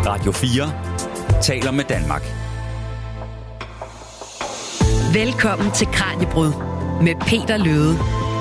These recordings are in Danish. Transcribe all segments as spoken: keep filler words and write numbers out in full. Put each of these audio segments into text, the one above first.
Radio fire taler med Danmark. Velkommen til Kraniebrud med Peter Løde.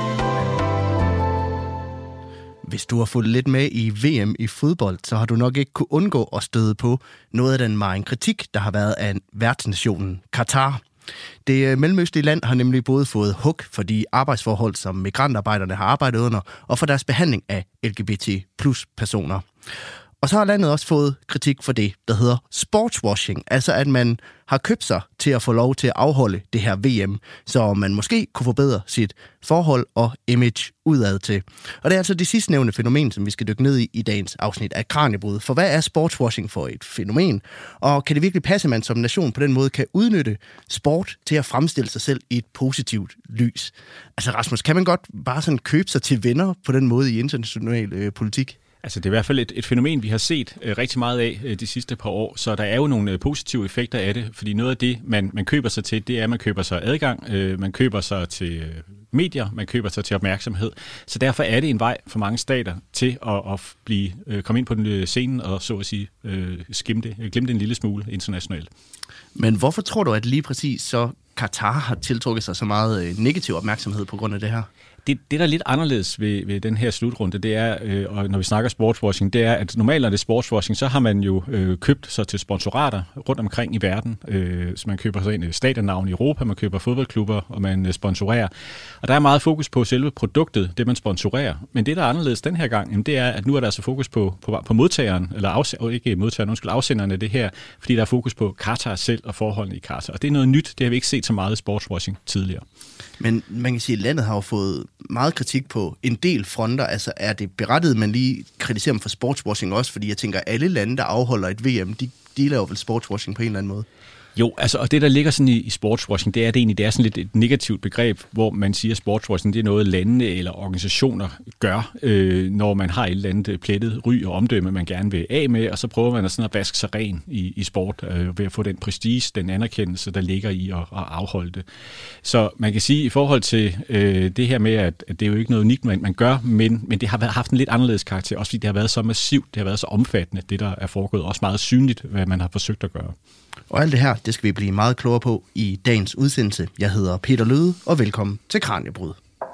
Hvis du har fulgt lidt med i V M i fodbold, så har du nok ikke kunne undgå at støde på noget af den megen kritik, der har været af værtsnationen Katar. Det mellemøstlige land har nemlig både fået hug for de arbejdsforhold, som migrantarbejderne har arbejdet under, og for deres behandling af L G B T plus personer. Og så har landet også fået kritik for det, der hedder sportswashing, altså at man har købt sig til at få lov til at afholde det her V M, så man måske kunne forbedre sit forhold og image udad til. Og det er altså det sidstnævnte fænomen, som vi skal dykke ned i i dagens afsnit af Kraniebrud. For hvad er sportswashing for et fænomen? Og kan det virkelig passe, at man som nation på den måde kan udnytte sport til at fremstille sig selv i et positivt lys? Altså Rasmus, kan man godt bare sådan købe sig til venner på den måde i international øh, politik? Altså det er i hvert fald et, et fænomen, vi har set øh, rigtig meget af øh, de sidste par år, så der er jo nogle øh, positive effekter af det, fordi noget af det, man, man køber sig til, det er, at man køber sig adgang, øh, man køber sig til øh, medier, man køber sig til opmærksomhed, så derfor er det en vej for mange stater til at, at blive, øh, komme ind på den øh, scenen og så at sige øh, skimme det, øh, glemme det en lille smule internationalt. Men hvorfor tror du, at lige præcis så Katar har tiltrukket sig så meget øh, negativ opmærksomhed på grund af det her? Det, det, der er lidt anderledes ved, ved den her slutrunde, det er, øh, og når vi snakker sportswashing, det er, at normalt når det er sportswashing, så har man jo øh, købt sig til sponsorater rundt omkring i verden. Øh, så man køber sig ind i stadionnavn i Europa, man køber fodboldklubber, og man øh, sponsorerer. Og der er meget fokus på selve produktet, det man sponsorerer. Men det, der er anderledes den her gang, jamen, det er, at nu er der altså fokus på, på, på modtageren, eller afs- ikke modtageren, undskyld, afsenderen af det her, fordi der er fokus på Katar selv og forholdene i Katar. Og det er noget nyt, det har vi ikke set så meget i sportswashing tidligere. Men man kan sige, at landet har jo fået meget kritik på en del fronter. Altså er det berettiget, man lige kritiserer dem for sportswashing også? Fordi jeg tænker, at alle lande, der afholder et V M, de, de laver vel sportswashing på en eller anden måde? Jo, altså, og det, der ligger sådan i, i sportswashing, det er det egentlig, det er sådan lidt et negativt begreb, hvor man siger, at sportswashing, det er noget, landene eller organisationer gør, øh, når man har et eller andet plettet ry og omdømme, man gerne vil af med, og så prøver man at, sådan at vaske sig ren i, i sport, øh, ved at få den prestige, den anerkendelse, der ligger i at, at afholde det. Så man kan sige, i forhold til øh, det her med, at, at det er jo ikke noget unikt, man, man gør, men, men det har været, haft en lidt anderledes karakter, også fordi det har været så massivt, det har været så omfattende, det der er foregået, også meget synligt, hvad man har forsøgt at gøre. Og alt det her, det skal vi blive meget klogere på i dagens udsendelse. Jeg hedder Peter Løde, og velkommen til Kraniebrud.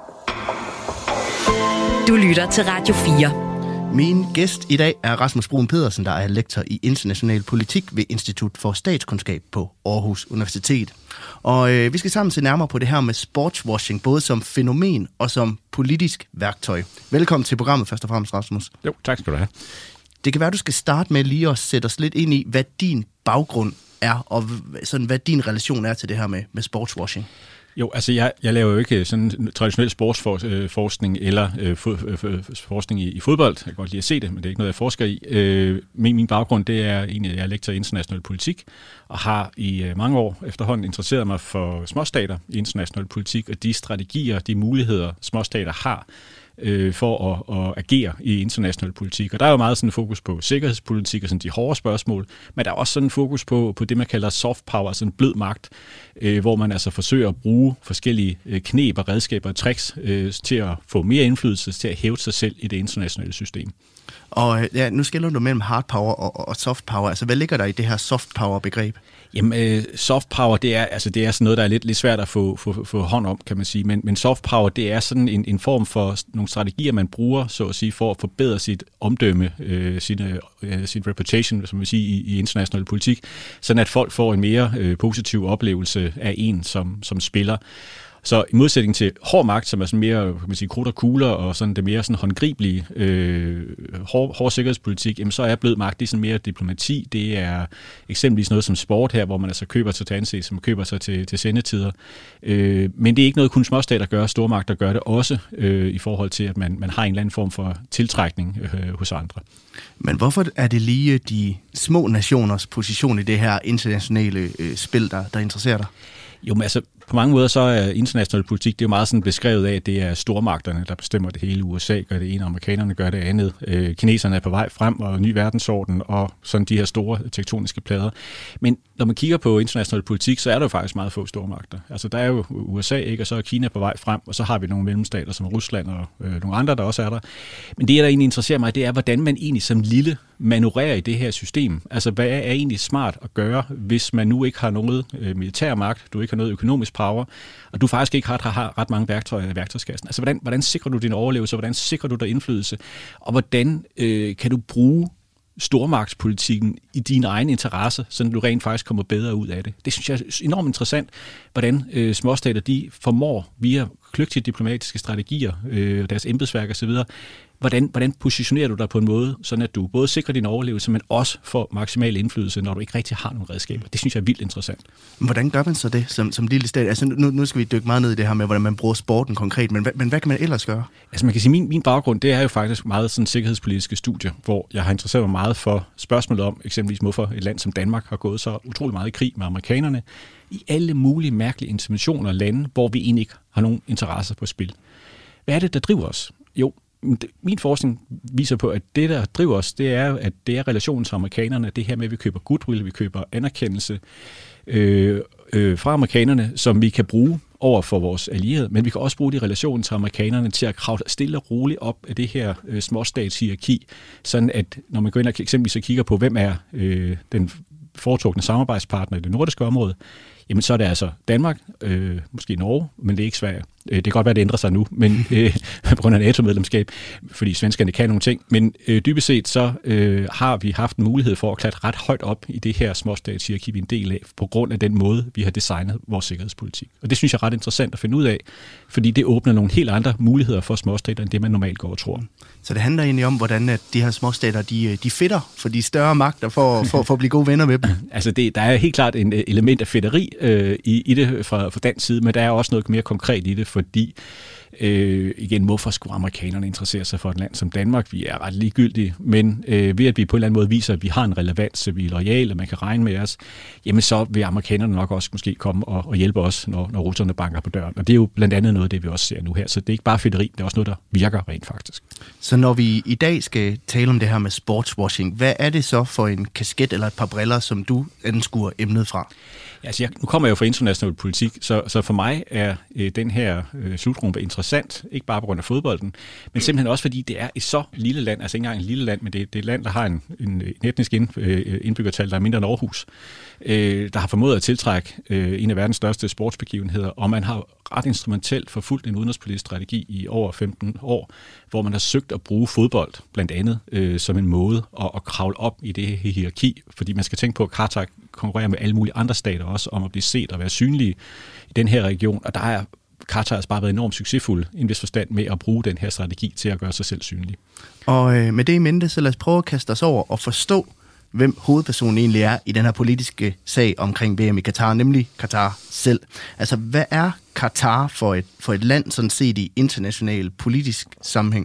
Du lytter til Radio fire. Min gæst i dag er Rasmus Bruun Pedersen, der er lektor i international politik ved Institut for Statskundskab på Aarhus Universitet. Og øh, vi skal sammen se nærmere på det her med sportswashing, både som fænomen og som politisk værktøj. Velkommen til programmet først og fremmest, Rasmus. Jo, tak skal du have. Det kan være, du skal starte med lige at sætte os lidt ind i, hvad din baggrund er, og sådan, hvad din relation er til det her med, med sportswashing. Jo, altså jeg, jeg laver jo ikke sådan traditionel sportsforskning eller øh, forskning i, i fodbold. Jeg kan godt lide at se det, men det er ikke noget, jeg forsker i. Øh, min, min baggrund, det er egentlig, at jeg er lektor i international politik, og har i øh, mange år efterhånden interesseret mig for småstater i international politik, og de strategier, de muligheder, småstater har, for at, at agere i international politik. Og der er jo meget sådan fokus på sikkerhedspolitik og sådan de hårde spørgsmål, men der er også sådan fokus på, på det, man kalder soft power, sådan blød magt, øh, hvor man altså forsøger at bruge forskellige kneb og redskaber og tricks øh, til at få mere indflydelse, til at hæve sig selv i det internationale system. Og ja, nu skiller du mellem hard power og, og soft power. Altså, hvad ligger der i det her soft power-begreb? Jamen, øh, soft power, det er, altså, det er sådan noget, der er lidt, lidt svært at få, få, få hånd om, kan man sige. Men, men soft power, det er sådan en, en form for nogle strategier, man bruger, så at sige, for at forbedre sit omdømme, øh, sin, øh, sin reputation, som vi siger, i, i international politik, sådan at folk får en mere øh, positiv oplevelse af en som, som spiller. Så i modsætning til hård magt, som er sådan mere, kan man sige, krudt og kugler, og sådan det mere sådan håndgribelige øh, hård, hård sikkerhedspolitik, jamen så er blød magt, det er sådan mere diplomati. Det er eksempelvis noget som sport her, hvor man altså køber sig til anses, som køber sig til, til sendetider. Øh, men det er ikke noget, kun småstater gør, stormagter gør det også, øh, i forhold til, at man, man har en eller anden form for tiltrækning øh, hos andre. Men hvorfor er det lige de små nationers position i det her internationale øh, spil, der, der interesserer dig? Jo, men altså, på mange måder så er international politik, det er jo meget sådan beskrevet af, at det er stormagterne, der bestemmer det hele. U S A gør det ene, amerikanerne gør det andet. Øh, kineserne er på vej frem, og ny verdensorden, og sådan de her store tektoniske plader. Men når man kigger på international politik, så er der jo faktisk meget få stormagter. Altså, der er jo U S A, ikke, og så er Kina på vej frem, og så har vi nogle mellemstater som Rusland og øh, nogle andre, der også er der. Men det, der egentlig interesserer mig, det er, hvordan man egentlig som lille manøvrere i det her system. Altså, hvad er egentlig smart at gøre, hvis man nu ikke har noget øh, militærmagt, du ikke har noget økonomisk power, og du faktisk ikke har, har ret mange værktøjer i værktøjskassen. Altså, hvordan, hvordan sikrer du din overlevelse, hvordan sikrer du dig indflydelse, og hvordan øh, kan du bruge stormagtspolitikken i dine egne interesser, så du rent faktisk kommer bedre ud af det. Det synes jeg er enormt interessant, hvordan øh, småstater de formår via kløgtige diplomatiske strategier, øh, deres embedsværk osv., Hvordan, hvordan positionerer du dig på en måde, sådan at du både sikrer din overlevelse, men også får maksimal indflydelse, når du ikke rigtig har nogen redskaber? Det synes jeg er vildt interessant. Hvordan gør man så det som, som lille stat? Altså nu, nu skal vi dykke meget ned i det her med, hvordan man bruger sporten konkret, men, men hvad kan man ellers gøre? Altså man kan sige, min, min baggrund, det er jo faktisk meget sådan sikkerhedspolitiske studier, hvor jeg har interesseret mig meget for spørgsmålet om, eksempelvis hvorfor et land som Danmark har gået så utrolig meget i krig med amerikanerne, i alle mulige mærkelige interventioner af lande, hvor vi egentlig ikke har nogen interesser på spil. Hvad er det, der driver os? Jo, min forskning viser på, at det, der driver os, det er, at det er relationen til amerikanerne, det her med, at vi køber goodwill, vi køber anerkendelse øh, øh, fra amerikanerne, som vi kan bruge over for vores allierede, men vi kan også bruge de relationer til amerikanerne til at kravle stille og roligt op af det her øh, småstatshierarki, sådan at når man går ind og eksempelvis kigger på, hvem er øh, den foretrukne samarbejdspartner i det nordiske område, jamen så er det altså Danmark, øh, måske Norge, men det er ikke Sverige. Det kan godt være, at det ændrer sig nu, men øh, på grund af NATO-medlemskab, fordi svenskerne kan nogle ting. Men øh, dybest set så øh, har vi haft en mulighed for at klatre ret højt op i det her småstatshierarki, vi er en del af, på grund af den måde, vi har designet vores sikkerhedspolitik. Og det synes jeg er ret interessant at finde ud af, fordi det åbner nogle helt andre muligheder for småstater, end det man normalt går og tror. Så det handler egentlig om, hvordan at de her småstater, de, de fedter for de større magter for, for, for at blive gode venner med dem. Altså det, der er helt klart en element af fedteri øh, i, i det fra, fra dansk side, men der er også noget mere konkret i det, fordi øh, igen, hvorfor skulle amerikanerne interessere sig for et land som Danmark? Vi er ret ligegyldige, men øh, ved at vi på en eller anden måde viser, at vi har en relevans, at vi er loyale, og man kan regne med os, jamen så vil amerikanerne nok også måske komme og, og hjælpe os, når, når russerne banker på døren. Og det er jo blandt andet noget af det, vi også ser nu her. Så det er ikke bare fedteri, det er også noget, der virker rent faktisk. Så når vi i dag skal tale om det her med sportswashing, hvad er det så for en kasket eller et par briller, som du anskuer emnet fra? Altså, jeg, nu kommer jeg jo fra international politik, så, så for mig er øh, den her øh, slutrunde interessant, ikke bare på grund af fodbolden, men simpelthen også fordi det er et så lille land, altså ikke engang et lille land, men det, det er et land, der har en, en, en etnisk ind, øh, indbyggertal, der er mindre end Aarhus, øh, der har formået at tiltrække øh, en af verdens største sportsbegivenheder, og man har ret instrumentelt forfulgt en udenrigspolitisk strategi i over femten år, hvor man har søgt at bruge fodbold, blandt andet, øh, som en måde at, at kravle op i det her hierarki, fordi man skal tænke på, at Katar konkurrerer med alle mulige andre stater også om at blive set og være synlige i den her region, og der er Katar altså bare været enormt succesfuld i en vis forstand med at bruge den her strategi til at gøre sig selv synlig. Og øh, med det i mente, så lad os prøve at kaste os over og forstå, hvem hovedpersonen egentlig er i den her politiske sag omkring V M i Katar, nemlig Katar selv. Altså, hvad er Katar for et, for et land, sådan set i international politisk sammenhæng?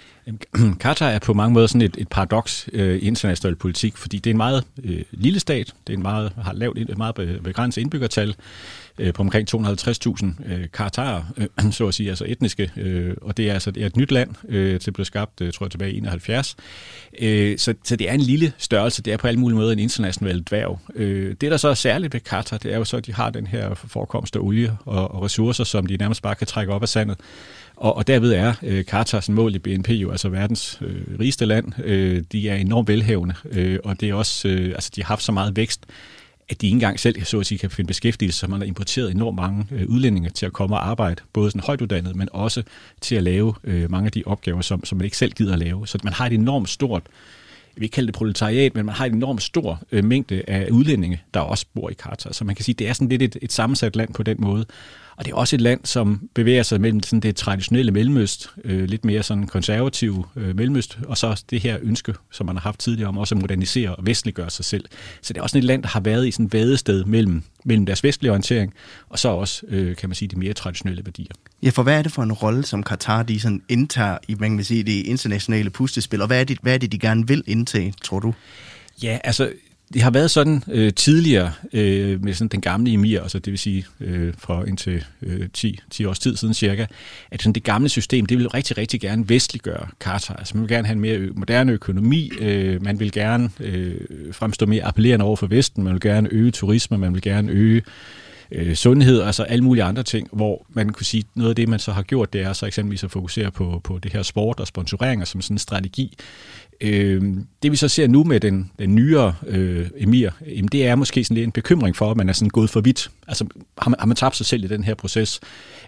Katar er på mange måder sådan et, et paradoks øh, i international politik, fordi det er en meget øh, lille stat, det er en meget, har lavt, et meget begrænset indbyggertal øh, på omkring to hundrede og halvtreds tusind øh, Katarer, øh, så at sige, altså etniske, øh, og det er altså det er et nyt land, øh, det blev skabt, øh, tror jeg, tilbage i enoghalvfjerds, øh, så, så det er en lille størrelse, det er på alle mulige måder en international dværg. Øh, det, der så er særligt ved Katar, det er jo så, at de har den her forekomst af olie og, og ressourcer, som de nærmest bare kan trække op af sandet. Og, og derved er øh, Katars mål i B N P jo altså verdens øh, rigeste land. Øh, de er enormt velhavende, øh, og det er også, øh, altså, de har haft så meget vækst, at de ikke engang selv så at sige, kan finde beskæftigelse, så man har importeret enormt mange øh, udlændinge til at komme og arbejde, både sådan højt uddannet, men også til at lave øh, mange af de opgaver, som, som man ikke selv gider at lave. Så man har et enormt stort, jeg vil ikke kalde det proletariat, men man har en enormt stor øh, mængde af udlændinge, der også bor i Katar. Så man kan sige, det er sådan lidt et, et sammensat land på den måde. Og det er også et land, som bevæger sig mellem sådan det traditionelle Mellemøst, øh, lidt mere sådan konservative øh, Mellemøst, og så det her ønske, som man har haft tidligere om også at modernisere og vestliggøre sig selv. Så det er også et land, der har været i sådan et vadested mellem, mellem deres vestlige orientering, og så også, øh, kan man sige, de mere traditionelle værdier. Ja, for hvad er det for en rolle, som Katar de sådan indtager i, man kan sige, det internationale puslespil, og hvad er det, hvad er det, de gerne vil indtage, tror du? Ja, altså det har været sådan øh, tidligere øh, med sådan den gamle emir, altså det vil sige øh, fra indtil øh, ti, ti års tid siden cirka, at sådan det gamle system, det vil rigtig, rigtig gerne vestliggøre Katar. Altså man vil gerne have en mere ø- moderne økonomi, øh, man vil gerne øh, fremstå mere appellerende over for Vesten, man vil gerne øge turisme, man vil gerne øge øh, sundhed, altså alle mulige andre ting, hvor man kunne sige, noget af det, man så har gjort, det er så eksempelvis at fokusere på, på det her sport og sponsoreringer som sådan en strategi, Øh, det vi så ser nu med den, den nyere øh, emir, jamen, det er måske sådan lidt en bekymring for, at man er sådan gået for vidt. Altså har man, har man tabt sig selv i den her proces?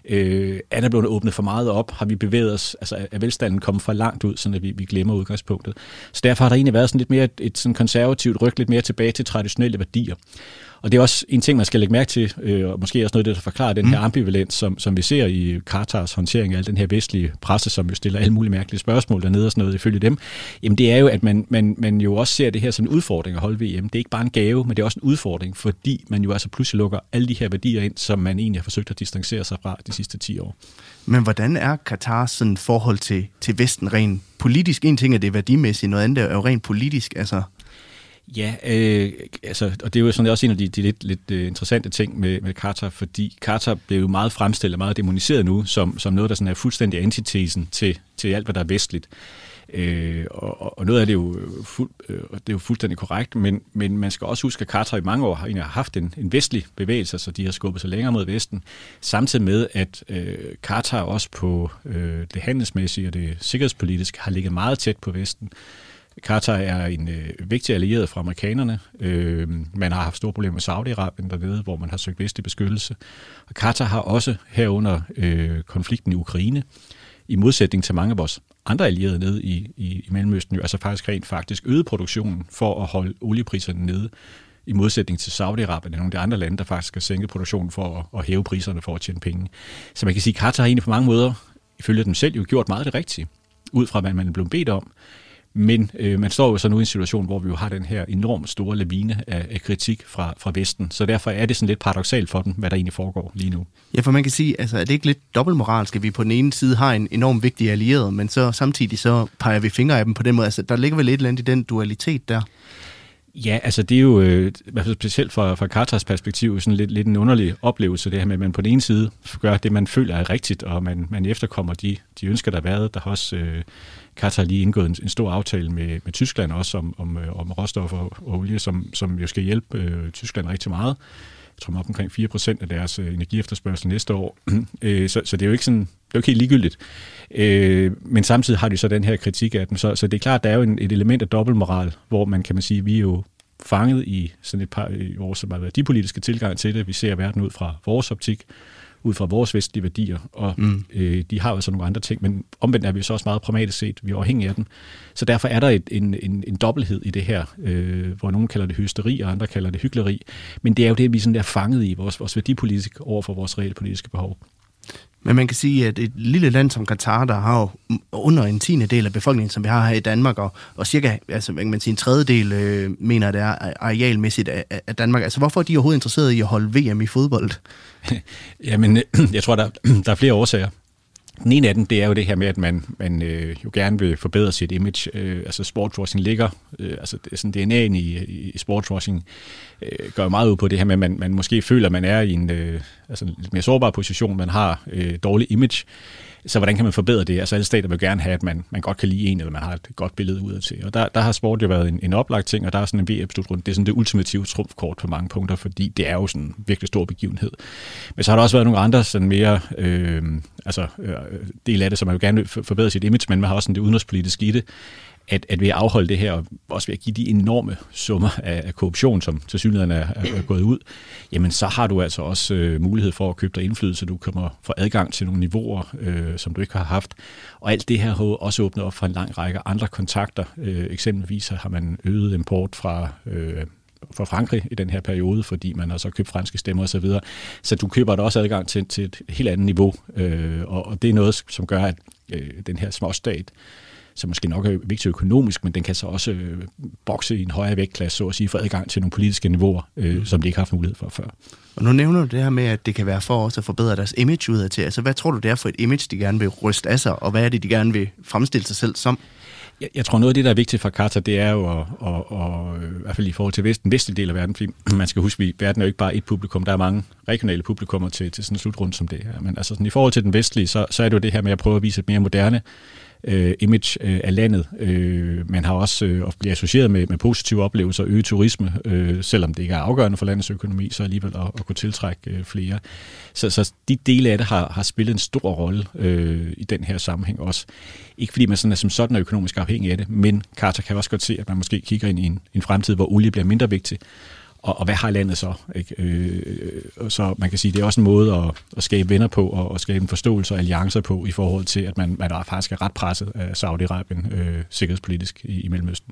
Øh, er der blevet åbnet for meget op? Har vi bevæget os? Altså er velstanden kommet for langt ud, så vi, vi glemmer udgangspunktet? Så derfor har der egentlig været sådan lidt mere et, et sådan konservativt ryg, lidt mere tilbage til traditionelle værdier. Og det er også en ting, man skal lægge mærke til, øh, og måske også noget af det, der forklarer den her ambivalens, som, som vi ser i Qatars håndtering af al den her vestlige presse, som jo stiller alle mulige mærkelige spørgsmål dernede og sådan noget ifølge dem. Jamen det er jo, at man, man, man jo også ser det her som en udfordring at holde V M. Det er ikke bare en gave, men det er også en udfordring, fordi man jo altså pludselig lukker alle de her værdier ind, som man egentlig har forsøgt at distancere sig fra de sidste ti år. Men hvordan er Qatars sådan forhold til, til Vesten rent politisk? En ting er det værdimæssigt, noget andet er jo rent politisk, altså... Ja, øh, altså, og det er jo sådan, også en af de, de lidt, lidt uh, interessante ting med, med Qatar, fordi Qatar bliver jo meget fremstillet, meget demoniseret nu, som, som noget, der sådan er fuldstændig antitesen til, til alt, hvad der er vestligt. Øh, og, og noget af det er jo, fuld, øh, det er jo fuldstændig korrekt, men, men man skal også huske, at Qatar i mange år har, har haft en, en vestlig bevægelse, så de har skubbet sig længere mod Vesten, samtidig med, at øh, Qatar også på øh, det handelsmæssige og det sikkerhedspolitiske har ligget meget tæt på Vesten. Qatar er en øh, vigtig allieret fra amerikanerne. Øh, man har haft store problemer med Saudi-Arabien dernede, hvor man har søgt vestlig beskyttelse. Og Qatar har også herunder øh, konflikten i Ukraine, i modsætning til mange af vores andre allierede nede i, i, i Mellemøsten, jo altså faktisk rent faktisk øget produktionen for at holde oliepriserne nede, i modsætning til Saudi-Arabien og nogle af de andre lande, der faktisk har sænket produktionen for at, at hæve priserne for at tjene penge. Så man kan sige, at Qatar har egentlig på mange måder, ifølge dem selv, jo gjort meget det rigtige, ud fra hvad man er blevet bedt om. Men øh, man står jo så nu i en situation, hvor vi jo har den her enormt store lavine af, af kritik fra, fra Vesten. Så derfor er det sådan lidt paradoksalt for dem, hvad der egentlig foregår lige nu. Ja, for man kan sige, altså er det ikke lidt dobbeltmoralsk, at vi på den ene side har en enormt vigtig allieret, men så samtidig så peger vi fingre af dem på den måde. Altså der ligger vel et eller andet i den dualitet der? Ja, altså det er jo øh, specielt fra, fra Qatars perspektiv sådan lidt, lidt en underlig oplevelse, det her med, at man på den ene side gør det, man føler er rigtigt, og man, man efterkommer de, de ønsker, der har været. Der har også øh, Qatar lige indgået en, en stor aftale med, med Tyskland også om, om, om råstoffer og olie, som, som jo skal hjælpe øh, Tyskland rigtig meget. Jeg tror, op omkring fire procent af deres øh, energiefterspørgsel næste år. øh, så, så det er jo ikke sådan, det er jo ikke helt ligegyldigt. Øh, men samtidig har de så den her kritik af dem. Så, så det er klart, der er jo en, et element af dobbeltmoral, hvor man kan man sige, vi er jo fanget i sådan et par i vores værdipolitiske tilgang til det. Vi ser verden ud fra vores optik, ud fra vores vestlige værdier, og mm. øh, de har jo så nogle andre ting, men omvendt er vi så også meget pragmatisk set, vi er afhængige af dem. Så derfor er der et, en, en, en dobbelthed i det her, øh, hvor nogen kalder det hysteri, og andre kalder det hykleri, men det er jo det, vi sådan der fanget i vores, vores værdipolitik over for vores reelle politiske behov. Men man kan sige, at et lille land som Qatar, der har jo under en tiende del af befolkningen, som vi har her i Danmark, og, og cirka, altså man kan sige, en tredjedel øh, mener, det er arealmæssigt af, af Danmark. Altså hvorfor er de overhovedet interesserede i at holde V M i fodbold? Jamen, jeg tror, der, der er flere årsager. Den ene af dem, det er jo det her med, at man, man øh, jo gerne vil forbedre sit image. Øh, altså sportswashing ligger, øh, altså det er sådan D N A'en i, i sportswashing øh, gør jo meget ud på det her med, at man, man måske føler, at man er i en øh, altså en lidt mere sårbar position, man har øh, dårlig image. Så hvordan kan man forbedre det? Altså alle stater vil gerne have, at man, man godt kan lide en, eller man har et godt billede udad til. Og der, der har sport jo været en, en oplagt ting, og der er sådan en V M-slutrunde. Det er sådan det ultimative trumfkort på mange punkter, fordi det er jo sådan en virkelig stor begivenhed. Men så har der også været nogle andre sådan mere øh, altså, øh, del af det, som man jo gerne vil forbedre sit image, men man har også sådan det udenrigspolitiske i det, at, at ved at afholde det her, og også ved at give de enorme summer af, af korruption, som tilsyneladende er, er gået ud, jamen så har du altså også øh, mulighed for at købe dig indflydelse, du kommer få adgang til nogle niveauer, øh, som du ikke har haft. Og alt det her har også åbnet op for en lang række andre kontakter. Øh, eksempelvis har man øget import fra øh, fra Frankrig i den her periode, fordi man har så købt franske stemmer osv. Så, videre. Så du køber der også adgang til, til et helt andet niveau, øh, og, og det er noget, som gør, at øh, den her småstat, som måske nok er vigtig økonomisk, men den kan så også øh, bokse i en højere vægtklasse, så at sige, for adgang til nogle politiske niveauer, øh, som de ikke har haft mulighed for før. Og nu nævner du det her med, at det kan være for også at forbedre deres image udad til. Altså, hvad tror du, det er for et image, de gerne vil ryste af sig, og hvad er det, de gerne vil fremstille sig selv som? Jeg, jeg tror, noget af det, der er vigtigt for Qatar, det er jo, at, at, at, i hvert fald i forhold til den vestlige del af verden, fordi man skal huske, at verden er jo ikke bare et publikum, der er mange regionale publikummer til, til sådan en slutrunde som det her. Men altså sådan, i forhold til den vestlige, så, så er det jo det her med at prøve at vise et mere moderne øh, image øh, af landet. Øh, man har også øh, bliver associeret med, med positive oplevelser og øget turisme, øh, selvom det ikke er afgørende for landets økonomi, så alligevel at, at kunne tiltrække øh, flere. Så, så de dele af det har, har spillet en stor rolle øh, i den her sammenhæng også. Ikke fordi man sådan er, som sådan er økonomisk afhængig af det, men Qatar kan også godt se, at man måske kigger ind i en, en fremtid, hvor olie bliver mindre vigtig. Og, og hvad har landet så? Ikke? Øh, så man kan sige, det er også en måde at, at skabe venner på, og at skabe en forståelse og alliancer på, i forhold til, at man, man er faktisk er ret presset af Saudi-Arabien øh, sikkerhedspolitisk i, i Mellemøsten.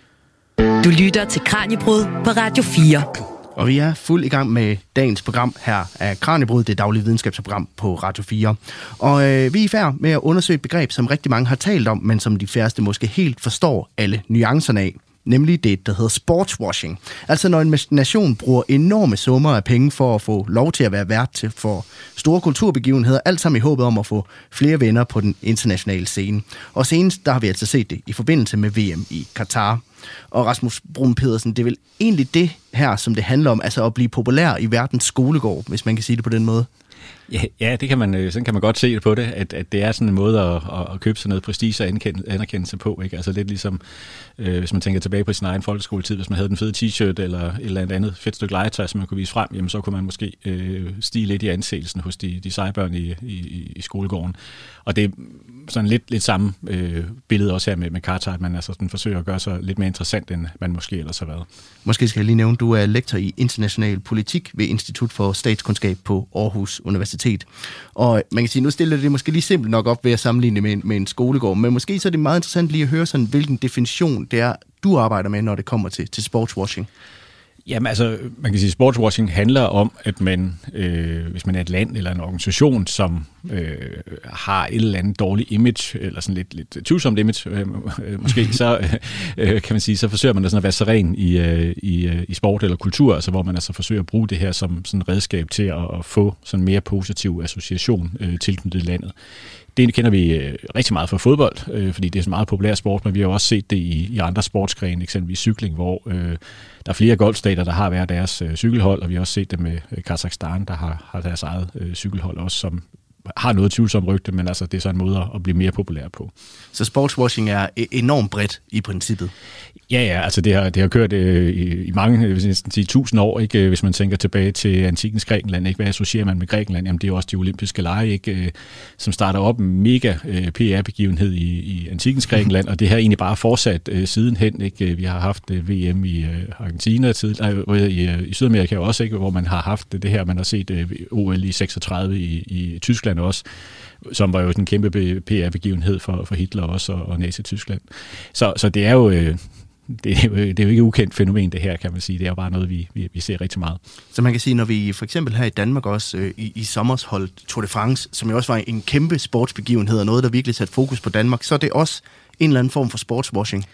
Du lytter til Kraniebrud på Radio fire. Og vi er fuld i gang med dagens program her af Kraniebrud, det daglige videnskabsprogram på Radio fire. Og øh, vi er i færd med at undersøge et begreb, som rigtig mange har talt om, men som de færreste måske helt forstår alle nuancerne af. Nemlig det, der hedder sportswashing. Altså når en nation bruger enorme summer af penge for at få lov til at være vært til for store kulturbegivenheder, alt sammen i håbet om at få flere venner på den internationale scene. Og senest, der har vi altså set det i forbindelse med V M i Katar. Og Rasmus Bruun Pedersen, det er vel egentlig det her, som det handler om, altså at blive populær i verdens skolegård, hvis man kan sige det på den måde. Ja, ja, det kan man, sådan kan man godt se det på det, at, at det er sådan en måde at, at købe sig noget prestige og anerkendelse på, ikke? Altså lidt ligesom, øh, hvis man tænker tilbage på sin egen folkeskoletid, hvis man havde den fede t-shirt eller et eller andet fedt stykke legetøj, som man kunne vise frem, jamen så kunne man måske øh, stige lidt i anseelsen hos de, de sejbørn i, i, i skolegården. Og det er sådan lidt, lidt samme øh, billede også her med, med Qatar, at man altså sådan forsøger at gøre sig lidt mere interessant, end man måske ellers har været. Måske skal jeg lige nævne, du er lektor i international politik ved Institut for Statskundskab på Aarhus Universitet. Og man kan sige, nu stiller det måske lige simpelt nok op ved at sammenligne det med en, med en skolegård, men måske så er det meget interessant lige at høre sådan, hvilken definition det er, du arbejder med, når det kommer til, til sportswashing. Jamen altså, man kan sige, at sportswashing handler om, at man, øh, hvis man er et land eller en organisation, som øh, har et eller andet dårligt image, eller sådan lidt, lidt tvivlsomt image, øh, måske, så øh, kan man sige, så forsøger man da sådan at være så ren i, øh, i, øh, i sport eller kultur, altså hvor man altså forsøger at bruge det her som sådan et redskab til at, at få sådan mere positiv association øh, tilknyttet landet. Det kender vi øh, rigtig meget fra fodbold, øh, fordi det er en meget populær sport, men vi har jo også set det i, i andre sportsgrene, eksempelvis cykling, hvor øh, der er flere golfstater, der har hver deres øh, cykelhold, og vi har også set det med øh, Kazakhstan, der har, har deres eget øh, cykelhold også, som har noget tvivlsomt rygte, men altså det er så en måde at blive mere populær på. Så sportswashing er enormt bredt i princippet? Ja, ja, altså det har, det har kørt øh, i, i mange, hvis jeg sige, tusind år, ikke? Hvis man tænker tilbage til antikens Grækenland, ikke? Hvad associerer man med Grækenland? Jamen det er jo også de olympiske lege, ikke? Som starter op en mega øh, P R-begivenhed i, i antikens Grækenland, og det har egentlig bare fortsat øh, sidenhen, ikke? Vi har haft øh, V M i øh, Argentina, tid, øh, i, øh, i Sydamerika også, ikke? Hvor man har haft det her, man har set øh, O L i seksogtredive i, i Tyskland også, som var jo en kæmpe P R-begivenhed for, for Hitler også, og, og Nazi-Tyskland. Så, så det er jo... Øh, Det er, jo, det er jo ikke et ukendt fænomen, det her, kan man sige. Det er jo bare noget, vi, vi, vi ser rigtig meget. Så man kan sige, når vi for eksempel her i Danmark også øh, i, i sommers holdt Tour de France, som jo også var en kæmpe sportsbegivenhed, og noget, der virkelig satte fokus på Danmark, så er det også en eller anden form for sportswashing.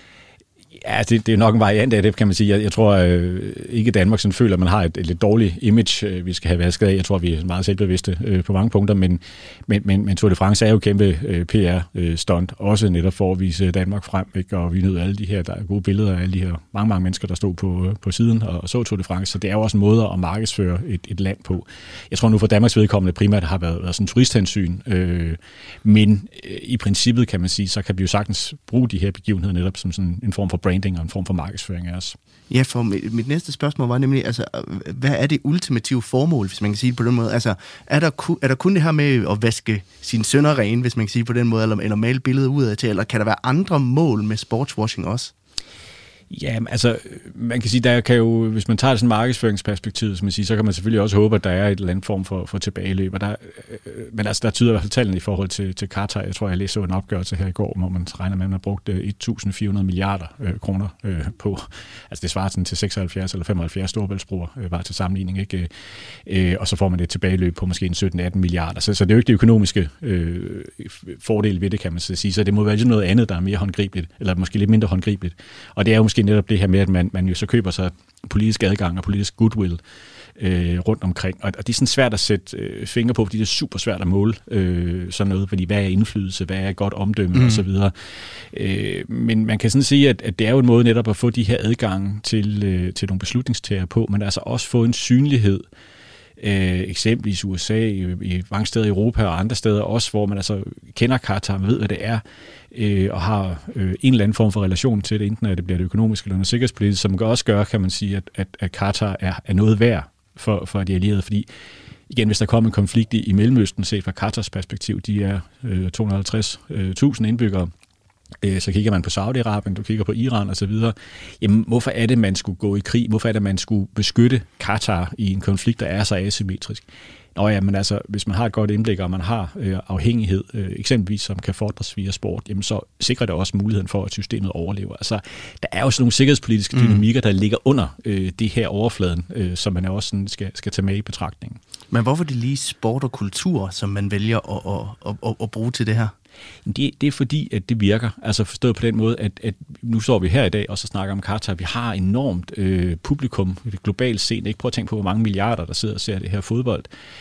Ja, det, det er nok en variant af det, kan man sige. Jeg, jeg tror øh, ikke, Danmark sådan føler, at man har et, et lidt dårligt image, øh, vi skal have vasket af. Jeg tror, vi er meget selvbevidste øh, på mange punkter, men, men, men, men Tour de France er jo kæmpe øh, P R-stunt, øh, også netop for at vise Danmark frem, ikke? Og vi nyder alle de her, der er gode billeder af alle de her mange, mange mennesker, der stod på, øh, på siden og, og så Tour de France, så det er jo også en måde at markedsføre et, et land på. Jeg tror nu for Danmarks vedkommende primært har været, været sådan turisthensyn, øh, men øh, i princippet kan man sige, så kan vi jo sagtens bruge de her begivenheder netop som sådan en form for branding og en form for markedsføring af os. Ja, for mit, mit næste spørgsmål var nemlig, altså, hvad er det ultimative formål, hvis man kan sige det på den måde? Altså, er der, ku, er der kun det her med at vaske sine sønner rene, hvis man kan sige det på den måde, eller, eller male billedet ud af til, eller kan der være andre mål med sportswashing også? Ja, altså, man kan sige, der kan jo, hvis man tager det sådan markedsføringsperspektiv, som man siger, så kan man selvfølgelig også håbe, at der er et eller andet form for, for tilbageløb. Og der, øh, men altså, der tyder i hvert fald tallene i forhold til, til Qatar. Jeg tror, jeg læste en opgørelse her i går, hvor man regner med, at man har brugt øh, et tusind fire hundrede milliarder øh, kroner øh, på. Altså, det svarer sådan til seksoghalvfjerds eller femoghalvfjerds storebæltsbroer, øh, bare til sammenligning, ikke? Øh, og så får man et tilbageløb på måske en sytten atten milliarder. Så, så det er jo ikke det økonomiske øh, fordel ved det, kan man så sige. Så det må være noget andet, der er mere håndgribeligt, eller måske lidt mindre håndgribeligt. Og det er jo måske netop det her med, at man, man jo så køber sig politisk adgang og politisk goodwill øh, rundt omkring. Og, og det er sådan svært at sætte øh, fingre på, fordi det er super svært at måle øh, sådan noget, fordi hvad er indflydelse, hvad er godt omdømme mm. og så videre. Øh, men man kan sådan sige, at, at det er jo en måde netop at få de her adgang til, øh, til nogle beslutningstager på, men altså også få en synlighed Øh, eksempelvis U S A, i, i mange steder i Europa og andre steder også, hvor man altså kender Katar, man ved, hvad det er, øh, og har øh, en eller anden form for relation til det, enten at det bliver det økonomiske eller noget sikkerhedspolitisk, som også gør, kan man sige, at, at, at Katar er, er noget værd for, for de allierede, fordi igen, hvis der kommer en konflikt i, i Mellemøsten, set fra Katars perspektiv, de er øh, to hundrede og halvtreds tusind indbyggere, øh, så kigger man på Saudi-Arabien, du kigger på Iran osv., jamen hvorfor er det, man skulle gå i krig? Hvorfor er det, man skulle beskytte Katar i en konflikt, der er så asymmetrisk? Nå ja, men altså, hvis man har et godt indblik, og man har øh, afhængighed, øh, eksempelvis som kan fordres via sport, jamen så sikrer det også muligheden for, at systemet overlever. Altså, der er jo sådan nogle sikkerhedspolitiske dynamikker, der ligger under øh, det her overfladen, øh, som man også sådan skal, skal tage med i betragtningen. Men hvorfor er det lige sport og kultur, som man vælger at, at, at, at bruge til det her? Det, det er fordi, at det virker. Altså forstået på den måde, at, at nu står vi her i dag og så snakker om Katar. Vi har enormt øh, publikum, et globalt set. Ikke? Prøv at tænke på, hvor mange milliarder, der sidder og ser det her fodbold.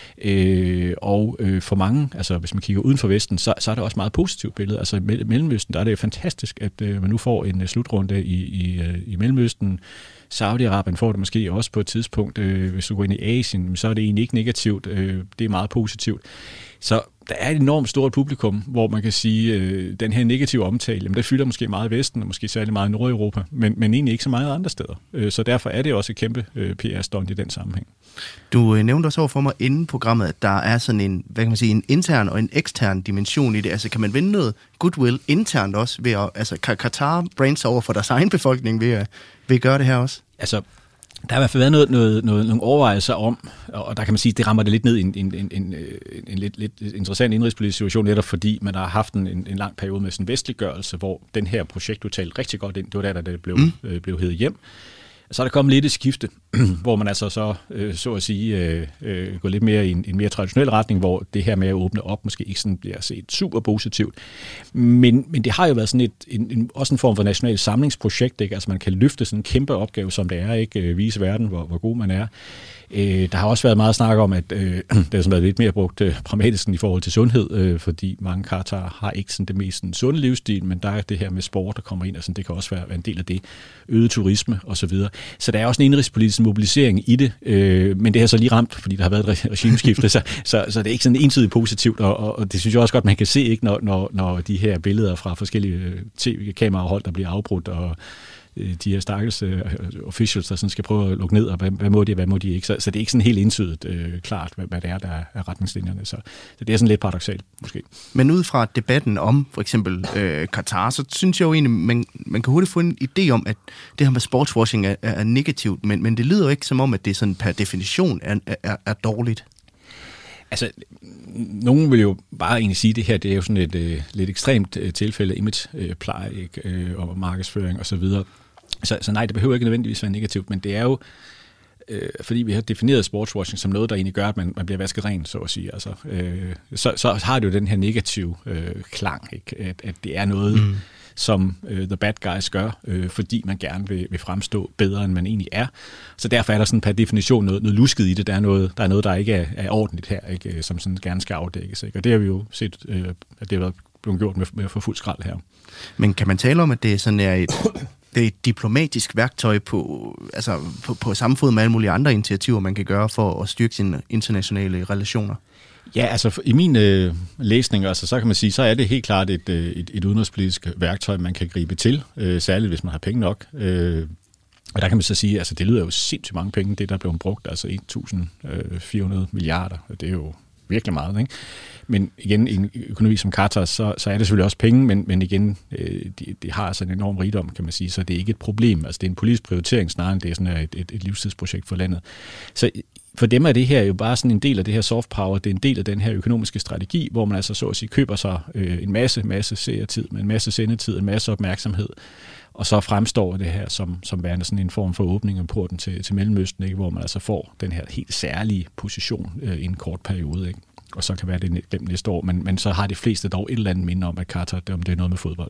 Øh, og øh, for mange, altså hvis man kigger uden for Vesten, så, så er det også meget positivt billede. Altså i Mellemøsten, der er det jo fantastisk, at øh, man nu får en uh, slutrunde i, i, uh, i Mellemøsten. Saudi-Arabien får det måske også på et tidspunkt. Øh, hvis du går ind i Asien, så er det egentlig ikke negativt. Øh, det er meget positivt. Så der er et enormt stort publikum, hvor man kan sige, at øh, den her negative omtale, jamen, der fylder måske meget i Vesten, og måske særlig meget i Nordeuropa, men, men egentlig ikke så meget andre steder. Øh, så derfor er det også et kæmpe øh, P R-stunt i den sammenhæng. Du øh, nævnte også over for mig inden programmet, at der er sådan en, hvad kan man sige, en intern og en ekstern dimension i det. Altså kan man vinde noget goodwill internt også ved at, altså Katar brands over for deres egen befolkning ved at, ved at gøre det her også? Altså, der har i hvert fald været noget, noget, noget, nogle overvejelser om, og der kan man sige, at det rammer det lidt ned i en, en, en, en, en lidt, lidt interessant indrigspolitisk situation, netop fordi man har haft en, en lang periode med sådan vestliggørelse, hvor den her projekt, du talte rigtig godt ind, det var der, der det blev, mm. øh, blev hævet hjem. Så er der kommet lidt et skifte, hvor man altså så, øh, så at sige, øh, øh, går lidt mere i en, en mere traditionel retning, hvor det her med at åbne op måske ikke sådan bliver set super positivt. Men, men det har jo været sådan et, en, en, også en form for nationalt samlingsprojekt, ikke? Altså man kan løfte sådan en kæmpe opgave, som det er, ikke? Vise verden, hvor, hvor god man er. Øh, der har også været meget snak om, at øh, det har sådan været lidt mere brugt øh, pragmatisk i forhold til sundhed, øh, fordi mange Katar har ikke sådan det mest sådan, sunde livsstil, men der er det her med sport, der kommer ind, og sådan, det kan også være, være en del af det. Øget turisme osv. Så, så der er også en indrigspolitisk mobilisering i det, øh, men det har så lige ramt, fordi der har været et regimeskifte, så, så, så det er ikke sådan entydigt positivt, og, og, og det synes jeg også godt, man kan se, ikke, når, når, når de her billeder fra forskellige tv-kamerahold, der bliver afbrudt, og de her stakkels uh, officials, der sådan skal prøve at lukke ned, og hvad, hvad må de, hvad må de ikke. Så, så det er ikke sådan helt entydigt uh, klart, hvad, hvad det er, der er retningslinjerne. Så, så det er sådan lidt paradoksalt, måske. Men ud fra debatten om for eksempel øh, Katar, så synes jeg jo egentlig, man, man kan hurtigt få en idé om, at det her med sportswashing er, er negativt, men, men det lyder jo ikke som om, at det sådan per definition er, er, er dårligt. Altså, nogen vil jo bare egentlig sige, at det her det er jo sådan et øh, lidt ekstremt øh, tilfælde af imagepleje øh, og markedsføring osv. Så, så, så nej, det behøver ikke nødvendigvis være negativt, men det er jo, øh, fordi vi har defineret sportswashing som noget, der egentlig gør, at man, man bliver vasket ren, så at sige. Altså, øh, så, så har det jo den her negative øh, klang, ikke? At, at det er noget, mm. som uh, the bad guys gør, øh, fordi man gerne vil, vil fremstå bedre, end man egentlig er. Så derfor er der sådan per definition noget, noget lusket i det. Der er noget, der er noget, der ikke er, er ordentligt her, ikke? Som sådan gerne skal afdækkes. Ikke? Og det har vi jo set, øh, at det har blevet gjort med, med at få fuld skrald her. Men kan man tale om, at det sådan er et, det er et diplomatisk værktøj på, altså på, på samme fod med alle mulige andre initiativer, man kan gøre for at styrke sine internationale relationer? Ja, altså i min øh, læsning, altså, så kan man sige, så er det helt klart et, et, et udenrigspolitisk værktøj, man kan gribe til, øh, særligt hvis man har penge nok. Øh, og der kan man så sige, altså det lyder jo sindssygt mange penge, det der er blevet brugt, altså et tusind fire hundrede milliarder, det er jo virkelig meget, ikke? Men igen, i en økonomi som Katar, så, så er det selvfølgelig også penge, men, men igen, øh, de, de har altså en enorm rigdom, kan man sige, så det er ikke et problem. Altså det er en politisk prioritering snarere, end det er sådan et, et, et livstidsprojekt for landet. Så for dem er det her jo bare sådan en del af det her soft power, det er en del af den her økonomiske strategi, hvor man altså så at sige køber sig øh, en masse, masse seertid, med en masse sendetid, en masse opmærksomhed, og så fremstår det her som, som værende sådan en form for åbning af porten til, til Mellemøsten, ikke? Hvor man altså får den her helt særlige position øh, i en kort periode, ikke? Og så kan være det dem næste år, men, men så har de fleste dog et eller andet minde om, at Katar, om det er noget med fodbold.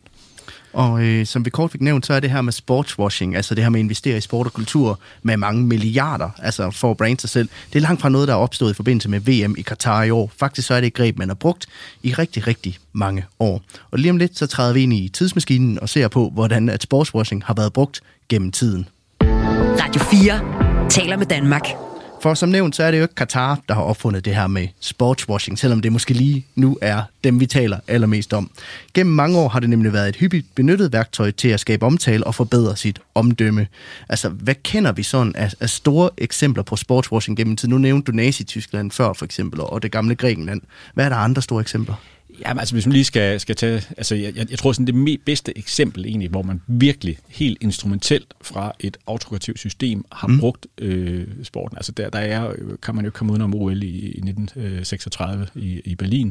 Og øh, som vi kort fik nævnt, så er det her med sportswashing, altså det her med at investere i sport og kultur med mange milliarder, altså for at brande sig selv, det er langt fra noget, der er opstået i forbindelse med V M i Katar i år. Faktisk så er det et greb, man har brugt i rigtig, rigtig mange år. Og lige om lidt, så træder vi ind i tidsmaskinen og ser på, hvordan at sportswashing har været brugt gennem tiden. Radio fire taler med Danmark. For som nævnt, så er det jo ikke Katar, der har opfundet det her med sportswashing, selvom det måske lige nu er dem, vi taler allermest om. Gennem mange år har det nemlig været et hyppigt benyttet værktøj til at skabe omtale og forbedre sit omdømme. Altså, hvad kender vi sådan af, af store eksempler på sportswashing gennem tiden? Nu nævnte du Nazi-Tyskland før, for eksempel, og det gamle Grækenland. Hvad er der andre store eksempler? Jamen, altså hvis man lige skal, skal tage, altså jeg, jeg tror sådan det bedste eksempel egentlig, hvor man virkelig helt instrumentelt fra et autokrativt system har mm. brugt øh, sporten. Altså der, der er, kan man jo komme udenom O L i, i nitten seksogtredive i, i Berlin,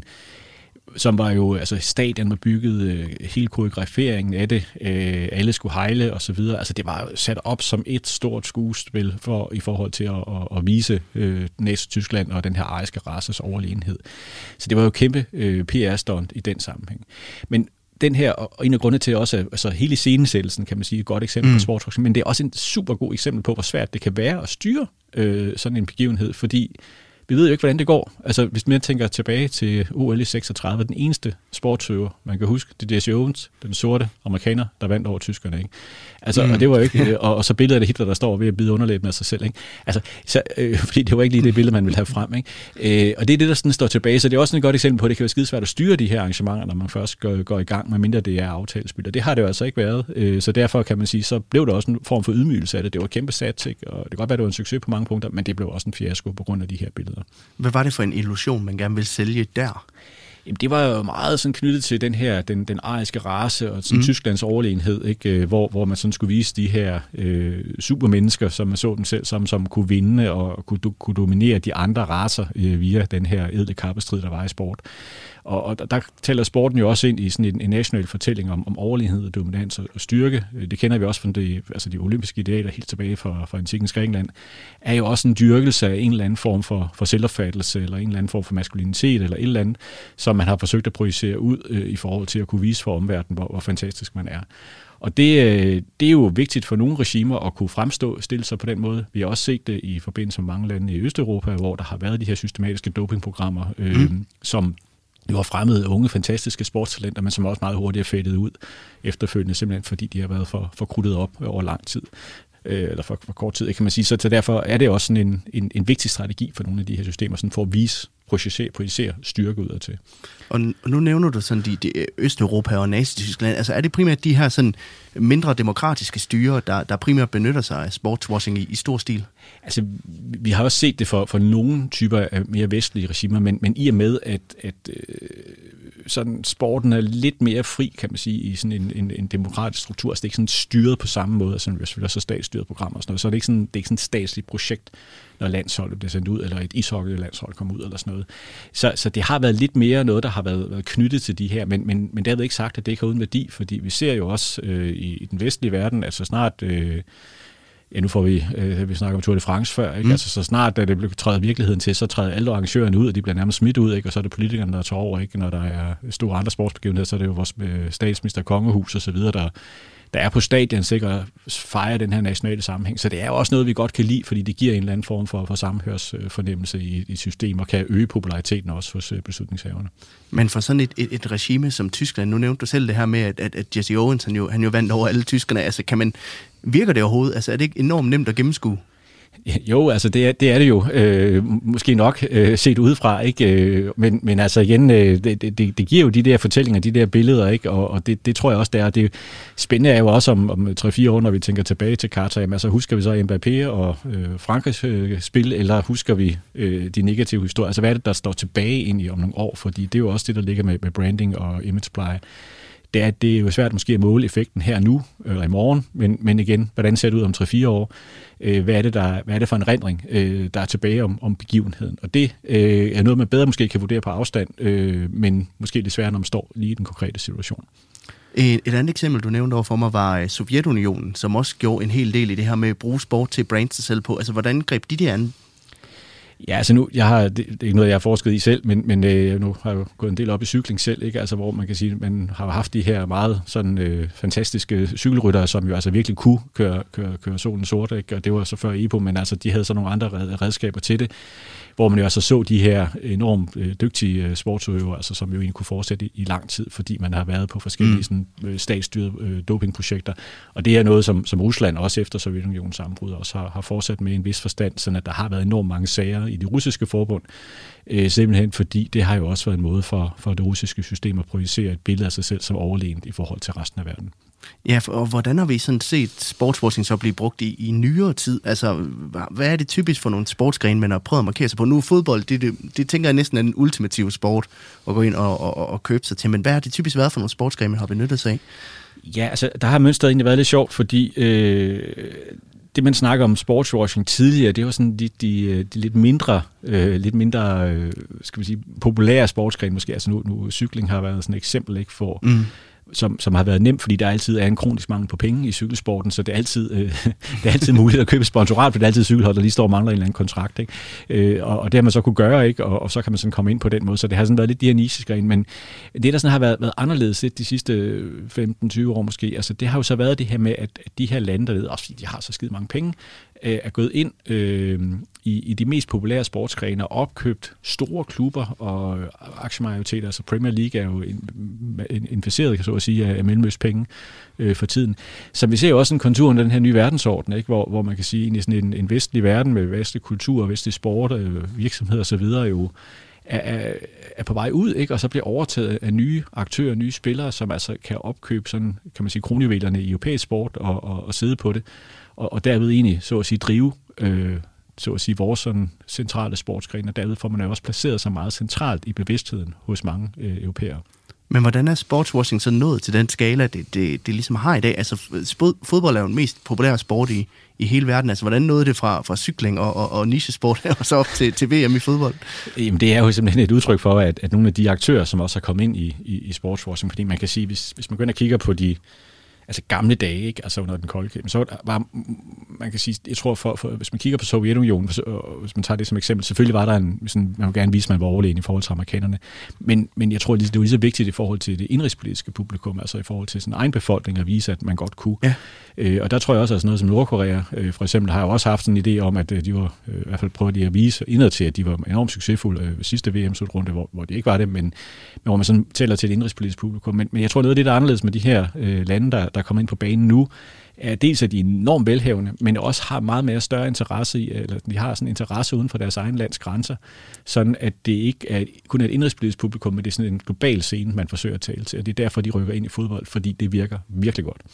som var jo, altså stadion var bygget, øh, hele koreograferingen af det, øh, alle skulle hejle og så videre. Altså det var jo sat op som et stort skuespil for, i forhold til at, at, at vise øh, Nazi-Tyskland og den her ariske races overlegenhed. Så det var jo kæmpe øh, P R-stunt i den sammenhæng. Men den her, og en af grundene til også, altså hele iscenesættelsen, kan man sige, et godt eksempel mm. på sportswashing, men det er også en super god eksempel på, hvor svært det kan være at styre øh, sådan en begivenhed, fordi vi ved jo ikke, hvordan det går. Altså, hvis man tænker tilbage til O L i seksogtredive, den eneste sportsøver, man kan huske, det er Jesse Owens, den sorte amerikaner, der vandt over tyskerne, ikke? Altså, mm. og det var jo ikke, og, og så billedet af det Hitler, der står ved at bide underlæben af sig selv, ikke? Altså, så, øh, fordi det var ikke lige det billede, man ville have frem, ikke? Øh, og det er det, der sådan står tilbage, så det er også et godt eksempel på, at det kan være skidesvært at styre de her arrangementer, når man først går, går i gang, medmindre det er aftalespil, og det har det jo altså ikke været, øh, så derfor kan man sige, så blev det også en form for ydmygelse af det. Det var kæmpe sats, ikke? Og det kan godt være, det var en succes på mange punkter, men det blev også en fiasko på grund af de her billeder. Hvad var det for en illusion, man gerne ville sælge der? Jamen, det var jo meget sådan knyttet til den her, den, den ariske race og sådan mm. Tysklands overlegenhed, ikke? Hvor, hvor man sådan skulle vise de her øh, supermennesker, som man så dem selv som, som kunne vinde og kunne, kunne dominere de andre racer øh, via den her ædle kappestrid, der var i sport. Og, og der, der taler sporten jo også ind i sådan en, en national fortælling om, om overlegenhed, dominans og, og styrke. Det kender vi også fra de, altså de olympiske idealer helt tilbage fra, fra antikkens Grækenland, er jo også en dyrkelse af en eller anden form for, for selvopfattelse, eller en eller anden form for maskulinitet, eller et eller andet, som man har forsøgt at projicere ud øh, i forhold til at kunne vise for omverdenen, hvor, hvor fantastisk man er. Og det, øh, det er jo vigtigt for nogle regimer at kunne fremstå, stille sig på den måde. Vi har også set det i forbindelse med mange lande i Østeuropa, hvor der har været de her systematiske dopingprogrammer, øh, mm. som jo har fremmet unge, fantastiske sportstalenter, men som også meget hurtigt er fættet ud efterfølgende, simpelthen fordi de har været for, for krudtet op over lang tid, øh, eller for, for kort tid, kan man sige. Så, så derfor er det også sådan en, en, en vigtig strategi for nogle af de her systemer, sådan for at vise, projicere, projicere styrke ud af til. Og nu nævner du sådan de, de Østeuropa og Nazi-Tyskland. Altså er det primært de her sådan mindre demokratiske styre, der, der primært benytter sig af sportswashing i, i stor stil? Altså, vi har også set det for, for nogle typer af mere vestlige regimer, men, men i og med, at, at øh, sådan sporten er lidt mere fri, kan man sige, i sådan en, en, en demokratisk struktur, altså det er ikke sådan styret på samme måde, som vi selvfølgelig også har statsstyret programmer og sådan noget, så er det ikke sådan, det er ikke sådan et statsligt projekt, når landsholdet bliver sendt ud, eller et ishockey-landshold kommer ud, eller sådan noget. Så, så det har været lidt mere noget, der har været, været knyttet til de her, men, men, men derved ikke sagt, at det ikke har uden værdi, fordi vi ser jo også øh, i, i den vestlige verden, altså snart... Øh, Ja, nu får vi, øh, vi snakker om Tour de France før, ikke? Mm. Altså så snart, da det bliver træder virkeligheden til, så træder alle arrangørerne ud, og de bliver nærmest smidt ud, ikke? Og så er det politikerne, der tager over, ikke? Når der er store andre sportsbegivenheder, så er det jo vores øh, statsminister, kongehus og så videre, der, der er på stadion sikkert fejrer den her nationale sammenhæng. Så det er jo også noget, vi godt kan lide, fordi det giver en eller anden form for, for sammenhørsfornemmelse i, i systemet, og kan øge populariteten også hos øh, beslutningshaverne. Men for sådan et, et, et regime som Tyskland, nu nævnte du selv det her med, at, at, at Jesse Owens, han jo, han jo vandt over alle tyskerne, altså kan man, virker det overhovedet? Altså er det ikke enormt nemt at gennemskue? Jo, altså det er det, er det jo. Øh, måske nok øh, set udefra, ikke? Øh, men, men altså igen, øh, det, det, det giver jo de der fortællinger, de der billeder, ikke? Og, og det, det tror jeg også, det er. Det spændende er jo også om, om tre fire år, når vi tænker tilbage til Katar. Jamen, altså husker vi så Mbappé og øh, Frankrigs øh, spil, eller husker vi øh, de negative historier? Altså hvad er det, der står tilbage egentlig om nogle år? Fordi det er jo også det, der ligger med, med branding og imagepleje. Det er, det er jo svært måske at måle effekten her nu, eller i morgen, men, men igen, hvordan ser det ud om tre fire år? Øh, hvad, er det, der, hvad er det for en erindring, øh, der er tilbage om, om begivenheden? Og det øh, er noget, man bedre måske kan vurdere på afstand, øh, men måske lidt sværere, når man står lige i den konkrete situation. Et, et andet eksempel, du nævnte over for mig, var Sovjetunionen, som også gjorde en hel del i det her med at bruge sport til at brande sig selv på. Altså, hvordan greb de det an? Ja, altså nu, jeg har, det, det er ikke noget, jeg har forsket i selv, men, men øh, nu har jeg jo gået en del op i cykling selv, ikke? Altså, hvor man kan sige, man har haft de her meget sådan øh, fantastiske cykelryttere, som jo altså virkelig kunne køre, køre, køre solen sort, ikke? Og det var så før E P O, men altså, de havde så nogle andre redskaber til det, hvor man jo altså så de her enormt øh, dygtige øh, sportsudøvere, altså, som jo egentlig kunne fortsætte i, i lang tid, fordi man har været på forskellige mm. sådan, øh, statsstyrede øh, dopingprojekter. Og det er noget, som, som Rusland også efter Sovjetunionens sammenbrud også har, har fortsat med en vis forstand, sådan at der har været enormt mange sager i det russiske forbund, øh, simpelthen fordi det har jo også været en måde for, for det russiske system at projicere et billede af sig selv som overlegent i forhold til resten af verden. Ja, og hvordan har vi sådan set sportsforskning så blive brugt i, i nyere tid? Altså, hvad er det typisk for nogle sportsgrene, man har prøvet at markere sig på? Nu er fodbold, det, det, det tænker jeg næsten er den ultimative sport at gå ind og, og, og købe sig til. Men hvad har det typisk været for nogle sportsgrene, man har benyttet sig af? Ja, altså, der har mønstret egentlig været lidt sjovt, fordi øh, det, man snakker om sportswashing tidligere, det var sådan de, de, de lidt mindre, øh, lidt mindre øh, skal vi sige, populære sportsgrene måske. Altså nu, nu cykling har været sådan et eksempel, ikke, for... Mm. Som, som har været nemt, fordi der altid er en kronisk mangel på penge i cykelsporten, så det er altid, øh, det er altid muligt at købe sponsorat, for det er altid cykelhold, der lige står og mangler en eller anden kontrakt. Ikke? Øh, og, og det har man så kunne gøre, ikke? Og, og så kan man sådan komme ind på den måde. Så det har sådan været lidt de her nichesgrene, men det, der sådan har været, været anderledes lidt de sidste femten tyve år måske, altså det har jo så været det her med, at, at de her lande, der ved, også fordi de har så skide mange penge, øh, er gået ind øh, i, i de mest populære sportsgrene og opkøbt store klubber og aktiemajoriteter. Altså Premier League er jo inficeret, så at sige, af mellemøstpenge øh, for tiden. Så vi ser jo også en kontur under den her nye verdensorden, ikke? Hvor, hvor man kan sige, at sådan en, en vestlig verden med vestlig kultur, vestlig sport, øh, virksomheder osv. jo er, er, er på vej ud, ikke? Og så bliver overtaget af nye aktører, nye spillere, som altså kan opkøbe sådan, kan man sige, kronjuvelerne i europæisk sport og, og, og sidde på det, og, og derved egentlig, så at sige, drive øh, så at sige, vores sådan centrale sportsgrene, og derved får man jo også placeret sig meget centralt i bevidstheden hos mange øh, europæere. Men hvordan er sportswashing så nået til den skala, det, det, det ligesom har i dag? Altså, fodbold er jo den mest populære sport i, i hele verden. Altså, hvordan nåede det fra, fra cykling og, og, og nichesport og så op til, til V M i fodbold? Jamen, det er jo simpelthen et udtryk for, at, at nogle af de aktører, som også har kommet ind i, i, i sportswashing, fordi man kan sige, hvis, hvis man går ind og kigger på de altså gamle dage, ikke? Altså under den kolde krig, så var, man kan sige, jeg tror, for, for, hvis man kigger på Sovjetunionen, hvis man tager det som eksempel, selvfølgelig var der en, sådan, man vil gerne vise, at man var overlegen i forhold til amerikanerne, men, men jeg tror, det var lige så vigtigt i forhold til det indrigspolitiske publikum, altså i forhold til sådan egen befolkning at vise, at man godt kunne. Ja. Øh, og der tror jeg også, at sådan noget som Nordkorea, øh, for eksempel, har jo også haft sådan en idé om, at de var, øh, i hvert fald prøvede de at vise indad til, at de var enormt succesfulde øh, ved sidste V M-slutrunde, hvor, hvor de ikke var det, men, men hvor man sådan tæller til det indrigspolitiske publikum. Men, men jeg tror, noget af det, der er anderledes med de her øh, lande, der, der kommer ind på banen nu, er dels, at de er enormt velhavende, men også har meget mere større interesse i, eller de har sådan en interesse uden for deres egen lands grænser, sådan at det ikke er kun et indrigspolitisk publikum, men det er sådan en global scene, man forsøger at tale til, og det er derfor, de rykker ind i fodbold, fordi det virker virkelig godt.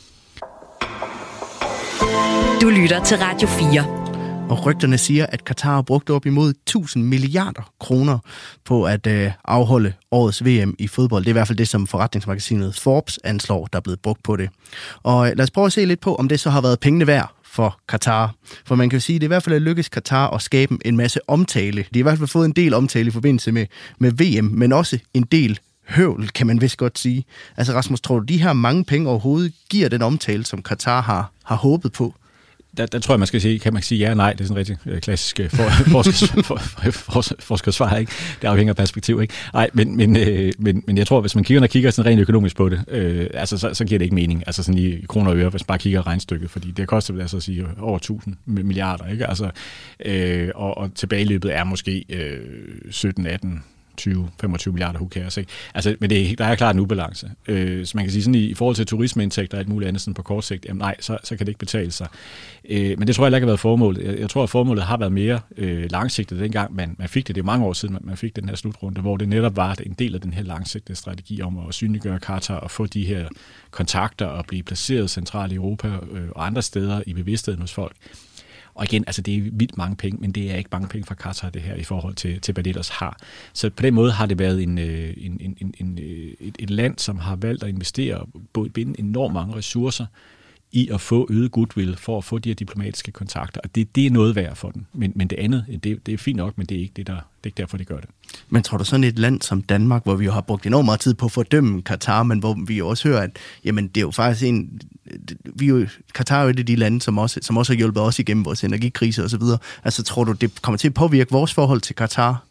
Du lytter til Radio fire. Og rygterne siger, at Katar har brugt op imod tusind milliarder kroner på at øh, afholde årets V M i fodbold. Det er i hvert fald det, som forretningsmagasinet Forbes anslår, der er blevet brugt på det. Og øh, lad os prøve at se lidt på, om det så har været pengene værd for Katar. For man kan jo sige, at det er i hvert fald lykkes Katar at skabe en masse omtale. De har i hvert fald fået en del omtale i forbindelse med, med V M, men også en del høvl, kan man vist godt sige. Altså Rasmus, tror du, de her mange penge overhovedet giver den omtale, som Katar har, har håbet på? Der, der tror jeg, man skal sige, kan man sige ja og nej. Det er sådan en rigtig øh, klassisk øh, for, forskers, for, for, forskersvar, ikke? Det afhænger af perspektiv, ikke? Nej, men, men, øh, men, men jeg tror, hvis man kigger og kigger sådan rent økonomisk på det, øh, altså, så, så giver det ikke mening. Altså sådan i kroner og øre, hvis man bare kigger regnstykket, fordi det koster altså at sige over tusind milliarder, ikke? Altså, øh, og, og tilbageløbet er måske øh, sytten atten tyve femogtyve milliarder, who cares, ikke? Altså, men det er, der er klart en ubalance. Øh, så man kan sige sådan, i, i forhold til turismeindtægter og alt muligt andet sådan på kort sigt, jamen nej, så, så kan det ikke betale sig. Øh, men det tror jeg ikke har været formålet. Jeg, jeg tror, at formålet har været mere øh, langsigtet, dengang man, man fik det. Det er mange år siden, man, man fik den her slutrunde, hvor det netop var en del af den her langsigtede strategi om at synliggøre Katar og få de her kontakter og blive placeret centralt i Europa øh, og andre steder i bevidstheden hos folk. Og igen, altså det er vildt mange penge, men det er ikke mange penge fra Katar, det her, i forhold til, til hvad det ellers har. Så på den måde har det været en, en, en, en, et, et land, som har valgt at investere og binde enormt mange ressourcer i at få øget goodwill for at få de her diplomatiske kontakter. Og det, det er noget værd for den. Men, men det andet, det, det er fint nok, men det er ikke det, der, det er ikke derfor, det gør det. Men tror du sådan et land som Danmark, hvor vi jo har brugt enormt meget tid på at fordømme Katar, men hvor vi jo også hører, at jamen, det er jo faktisk en... Vi er jo, Katar er jo et af de lande, som også, som også har hjulpet os igennem vores energikrise osv. Altså tror du, det kommer til at påvirke vores forhold til Katar?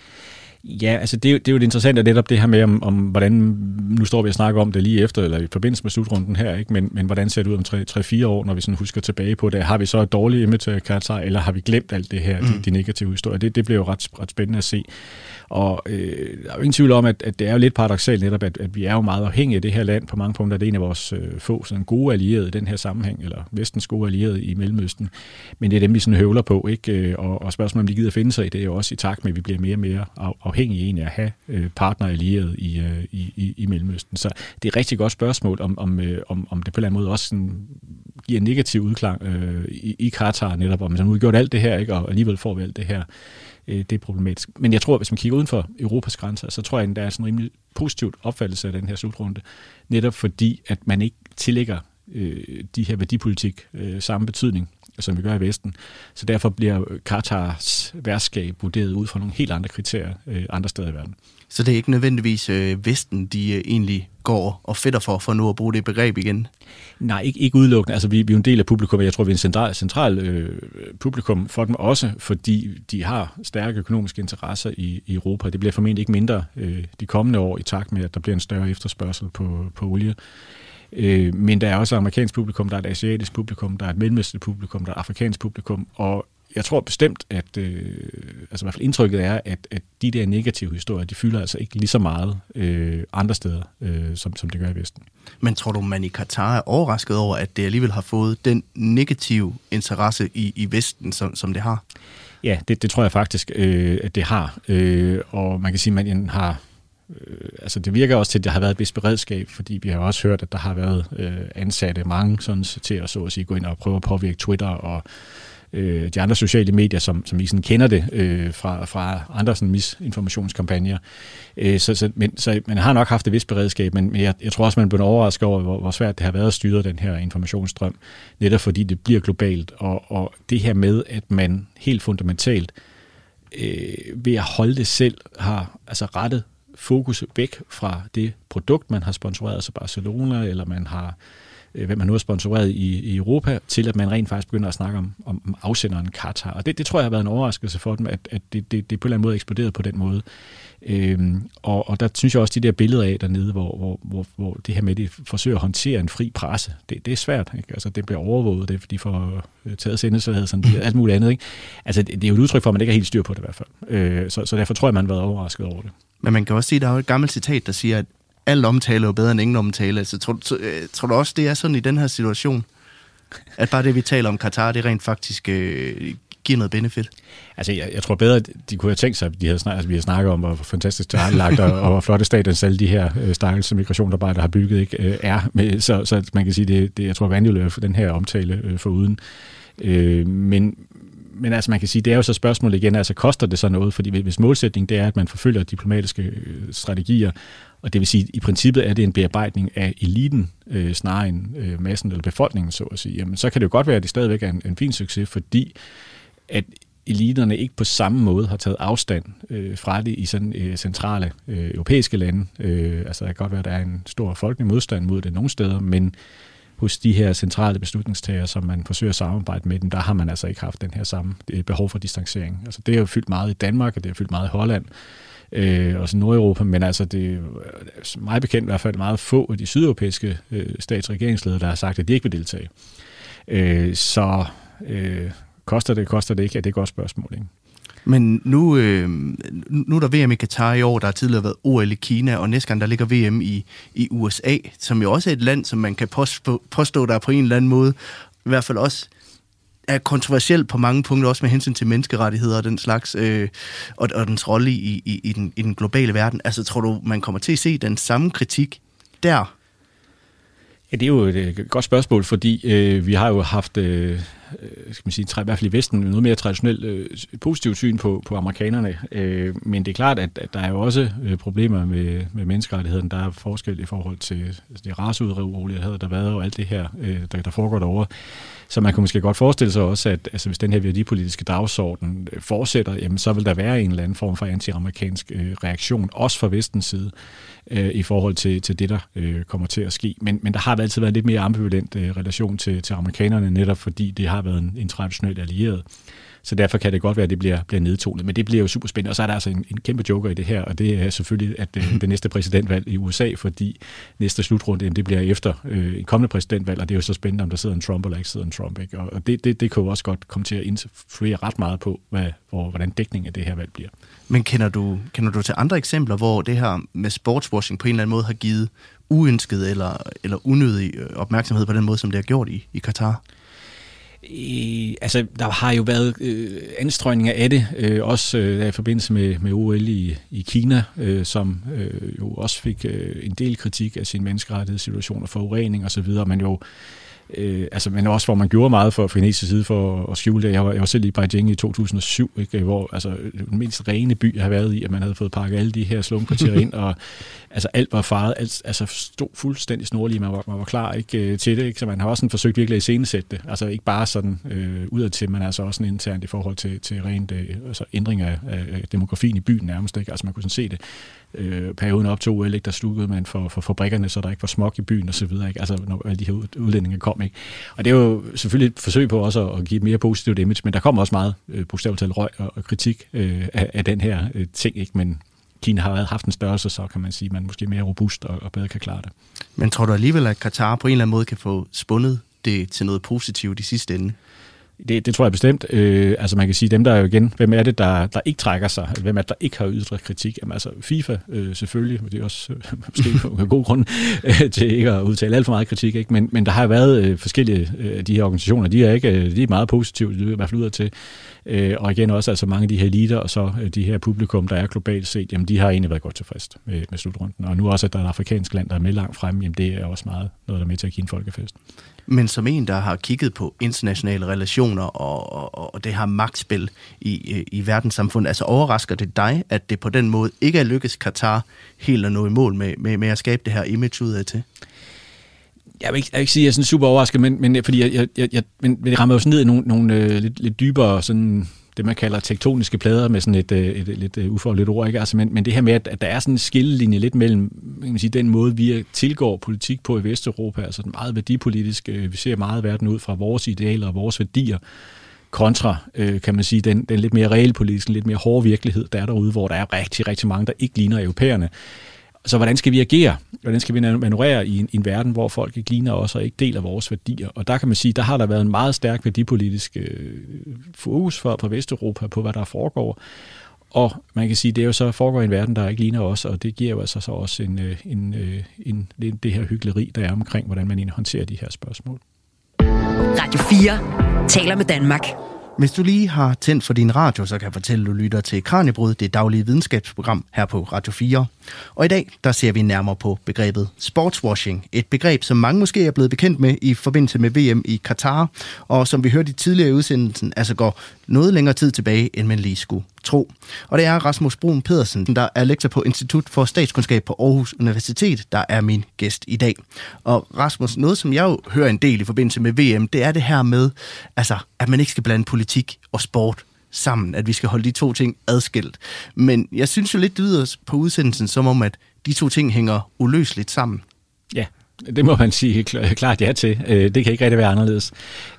Ja, altså det er, jo, det er jo det interessante netop det her med, om, om hvordan, nu står vi og snakker om det lige efter, eller i forbindelse med slutrunden her, ikke? Men, men hvordan ser det ud om tre fire år, når vi sådan husker tilbage på det? Har vi så et dårligt image til Katar, eller har vi glemt alt det her, mm. de, de negative historier? Det, det bliver jo ret, ret spændende at se. Og øh, der er jo ingen tvivl om, at, at det er jo lidt paradoksalt netop, at, at vi er jo meget afhængige af det her land. På mange punkter det er en af vores øh, få sådan gode allierede i den her sammenhæng, eller vestens gode allierede i Mellemøsten. Men det er dem, vi sådan høvler på, ikke? Og, og spørgsmålet, om de gider finde sig i det, er jo også i takt med, at vi bliver mere og mere afhængige egentlig af at have øh, partner allierede i, øh, i, i, i Mellemøsten. Så det er et rigtig godt spørgsmål, om, om, øh, om, om det på en eller anden måde også sådan giver en negativ udklang øh, i, i Katar netop, om man nu har gjort alt det her, ikke? Og alligevel får vi alt det her. Det er problematisk. Men jeg tror, hvis man kigger uden for Europas grænser, så tror jeg, at der er sådan en rimelig positivt opfattelse af den her slutrunde. Netop fordi, at man ikke tillægger øh, de her værdipolitik øh, samme betydning, som vi gør i Vesten. Så derfor bliver Katars værtskab vurderet ud fra nogle helt andre kriterier øh, andre steder i verden. Så det er ikke nødvendigvis øh, Vesten, de øh, egentlig går og fedter for, for nu at bruge det begreb igen? Nej, ikke, ikke udelukkende. Altså, vi, vi er en del af publikum, jeg tror, vi er en central, central øh, publikum for dem også, fordi de har stærke økonomiske interesser i, i Europa. Det bliver formentlig ikke mindre øh, de kommende år i takt med, at der bliver en større efterspørgsel på, på olie. Øh, men der er også et amerikansk publikum, der er et asiatisk publikum, der er et mellemøstligt publikum, der er et afrikansk publikum, og jeg tror bestemt, at øh, altså i hvert fald indtrykket er, at, at de der negative historier, de fylder altså ikke lige så meget øh, andre steder, øh, som, som det gør i Vesten. Men tror du, man i Katar er overrasket over, at det alligevel har fået den negative interesse i, i Vesten, som, som det har? Ja, det, det tror jeg faktisk, øh, at det har. Øh, og man kan sige, at man har... Øh, altså det virker også til, at der har været et vist beredskab, fordi vi har også hørt, at der har været øh, ansatte mange sådan, til at, så at sige, gå ind og prøve at påvirke Twitter og øh, de andre sociale medier, som, som vi sådan kender det øh, fra, fra andre sådan misinformationskampagner. Øh, så, så, men, så man har nok haft et vist beredskab, men jeg, jeg tror også, man bliver overrasket over, hvor, hvor svært det har været at styre den her informationsstrøm, netop fordi det bliver globalt, og, og det her med, at man helt fundamentalt øh, ved at holde det selv, har altså rettet fokus væk fra det produkt, man har sponsoreret, altså Barcelona, eller man har, hvem man nu har sponsoreret i, i Europa, til at man rent faktisk begynder at snakke om, om afsenderen Katar. Og det, det tror jeg har været en overraskelse for dem, at, at det, det, det på en eller anden måde eksploderet på den måde. Øhm, og, og der synes jeg også, de der billeder af dernede, hvor, hvor, hvor, hvor det her med, at de forsøger at håndtere en fri presse, det, det er svært. Ikke? Altså, det bliver overvåget, det er, de får taget sendesager, sådan alt muligt andet. Ikke? Altså, det, det er jo et udtryk for, at man ikke er helt styr på det i hvert fald. Øh, så, så derfor tror jeg, man har været overrasket over det. Men man kan også sige, at der er jo et gammelt citat, der siger, at al omtale er jo bedre end ingen omtale. Så tror, tror, tror du også, det er sådan i den her situation? At bare det, vi taler om Katar, det rent faktisk øh, giver noget benefit? Altså, jeg, jeg tror bedre, at de kunne have tænkt sig, at de havde snak, altså, vi har snakket om, hvor fantastisk tilrettelagt og, og hvor flotte stadions alle de her øh, stakkels migrationsarbejdere har bygget, ikke, øh, er. Men, så, så man kan sige, det, det jeg tror, vandet for den her omtale øh, for uden. Øh, men Men altså man kan sige, det er jo så spørgsmålet igen, altså koster det så noget? Fordi hvis målsætningen det er, at man forfølger diplomatiske strategier, og det vil sige, i princippet er det en bearbejdning af eliten, øh, snarere end øh, massen eller befolkningen, så at sige, jamen så kan det jo godt være, at det stadigvæk er en, en fin succes, fordi at eliterne ikke på samme måde har taget afstand øh, fra det i sådan øh, centrale øh, europæiske lande. Øh, altså det kan godt være, at der er en stor folkelig modstand mod det nogle steder, men hos de her centrale beslutningstagere, som man forsøger at samarbejde med dem, der har man altså ikke haft den her samme behov for distancering. Altså det er jo fyldt meget i Danmark, og det er fyldt meget i Holland, øh, også i Nordeuropa, men altså det er meget bekendt i hvert fald meget få af de sydeuropæiske øh, statsregeringsledere, der har sagt, at de ikke vil deltage. Øh, så øh, koster det, koster det ikke? Ja, det er et godt spørgsmål, ikke? Men nu, øh, nu er der V M i Katar i år, der har tidligere været O L i Kina, og næste gang der ligger V M i, i U S A, som jo også er et land, som man kan påstå, påstå der på en eller anden måde, i hvert fald også er kontroversielt på mange punkter, også med hensyn til menneskerettigheder og den slags, øh, og, og dens rolle i, i, i, den, i den globale verden. Altså tror du, man kommer til at se den samme kritik der? Ja, det er jo et godt spørgsmål, fordi øh, vi har jo haft, øh, skal man sige, i hvert fald i Vesten, noget mere traditionelt øh, positivt syn på, på amerikanerne. Øh, men det er klart, at, at der er jo også øh, problemer med, med menneskerettigheden. Der er forskel i forhold til altså det raceudrolighed, der har været og alt det her, øh, der, der foregår derovre. Så man kunne måske godt forestille sig også, at altså, hvis den her værdipolitiske dagsorden øh, fortsætter, jamen, så vil der være en eller anden form for anti-amerikansk øh, reaktion, også fra Vestens side, øh, i forhold til, til det, der øh, kommer til at ske. Men, men der har altid været lidt mere ambivalent øh, relation til, til amerikanerne, netop fordi det har været en, en traditionel allieret. Så derfor kan det godt være, at det bliver, bliver nedtonet. Men det bliver jo super spændende. Og så er der altså en, en kæmpe joker i det her, og det er selvfølgelig, at øh, det næste præsidentvalg i U S A, fordi næste slutrunde, det bliver efter øh, en kommende præsidentvalg, og det er jo så spændende, om der sidder en Trump eller ikke sidder en Trump. Ikke? Og det, det, det kan jo også godt komme til at influere ret meget på, hvad, hvor, hvordan dækningen af det her valg bliver. Men kender du, kender du til andre eksempler, hvor det her med sportswashing på en eller anden måde har givet uønsket eller, eller unødig opmærksomhed på den måde, som det har gjort i, i Katar? I, altså, der har jo været øh, anstrøgninger af det, øh, også øh, i forbindelse med, med O L i, i Kina, øh, som øh, jo også fik øh, en del kritik af sin menneskerettighedssituation og forurening osv., men jo Øh, altså, men også hvor man gjorde meget for, for kinesisk side for at skjule det. Jeg var, jeg var selv i Beijing i to tusind og syv, ikke, hvor altså, den mindst rene by, jeg har været i, at man havde fået pakket alle de her slumkvarterer ind, og altså, alt var faret, alt, altså stod fuldstændig snorlige, man var, man var klar ikke, til det, ikke? Så man har også sådan forsøgt virkelig at iscenesætte det, altså ikke bare sådan øh, udadtil, men altså også sådan internt i forhold til, til rent øh, altså, ændring af, af demografien i byen nærmest, ikke? Altså man kunne sådan se det. Øh, perioden op til O L, der slukkede man for, for fabrikkerne, så der ikke var smog i byen og så videre, ikke? Altså når alle de her udlændinge kom, ikke? Og det er jo selvfølgelig et forsøg på også at give et mere positivt image, men der kommer også meget øh, bogstaveligt talt røg og, og kritik øh, af, af den her øh, ting, ikke? Men Kina har haft en størrelse, så kan man sige, at man måske er mere robust og, og bedre kan klare det. Men tror du alligevel, at Katar på en eller anden måde kan få spundet det til noget positivt i sidste ende? Det, det tror jeg bestemt. Øh, altså man kan sige, dem der er jo igen, hvem er det, der, der ikke trækker sig? Hvem er det, der ikke har ytret kritik? Jamen altså FIFA øh, selvfølgelig, men det er også øh, måske en god grund øh, til ikke at udtale alt for meget kritik, ikke? Men, men der har været øh, forskellige øh, de her organisationer, de er, ikke, de er meget positive, det er i hvert fald ud til. Øh, og igen også altså mange af de her eliter, og så øh, de her publikum, der er globalt set, jamen de har egentlig været godt tilfreds med, med slutrunden. Og nu også, at der er et afrikansk land, der er med langt fremme, jamen det er også meget noget, der er med til at give en folkefest. Men som en, der har kigget på internationale relationer og, og, og det her magtspil i, i verdenssamfundet, altså overrasker det dig, at det på den måde ikke er lykkes Katar helt at nå i mål med, med, med at skabe det her image ud af til? Jeg vil ikke, jeg vil ikke sige, at jeg er sådan super overrasket, men, men, fordi jeg, jeg, jeg, men det rammer jo sådan ned i nogle, nogle øh, lidt, lidt dybere sådan det, man kalder tektoniske plader med sådan et, et, et lidt uforligt ord, ikke? Altså, men, men det her med, at, at der er sådan en skillelinje lidt mellem man kan sige, den måde, vi tilgår politik på i Vesteuropa, altså meget værdipolitisk, vi ser meget verden ud fra vores idealer og vores værdier, kontra, øh, kan man sige, den, den lidt mere realpolitiske, lidt mere hårde virkelighed, der er derude, hvor der er rigtig, rigtig mange, der ikke ligner europæerne. Så hvordan skal vi agere? Hvordan skal vi manøvrere i en, i en verden, hvor folk ikke ligner os og ikke deler vores værdier? Og der kan man sige, der har der været en meget stærk værdipolitisk øh, fokus for, på Vesteuropa på, hvad der foregår. Og man kan sige, det er jo så foregår i en verden, der ikke ligner os, og det giver jo altså så også en, en, en, en, en, det her hykleri, der er omkring, hvordan man egentlig håndterer de her spørgsmål. Radio fire taler med Danmark. Hvis du lige har tændt for din radio, så kan jeg fortælle, at du lytter til Kraniebrud, det daglige videnskabsprogram her på Radio fire. Og i dag, der ser vi nærmere på begrebet sportswashing. Et begreb, som mange måske er blevet bekendt med i forbindelse med V M i Katar, og som vi hørte i tidligere i udsendelsen, altså går noget længere tid tilbage, end man lige skulle tro. Og det er Rasmus Bruun Pedersen, der er lektor på Institut for Statskundskab på Aarhus Universitet, der er min gæst i dag. Og Rasmus, noget som jeg jo hører en del i forbindelse med V M, det er det her med, altså, at man ikke skal blande politik og sport sammen, at vi skal holde de to ting adskilt. Men jeg synes jo lidt, det lyder på udsendelsen som om, at de to ting hænger uløseligt sammen. Ja, det må man sige klart ja til. Det kan ikke rigtig være anderledes.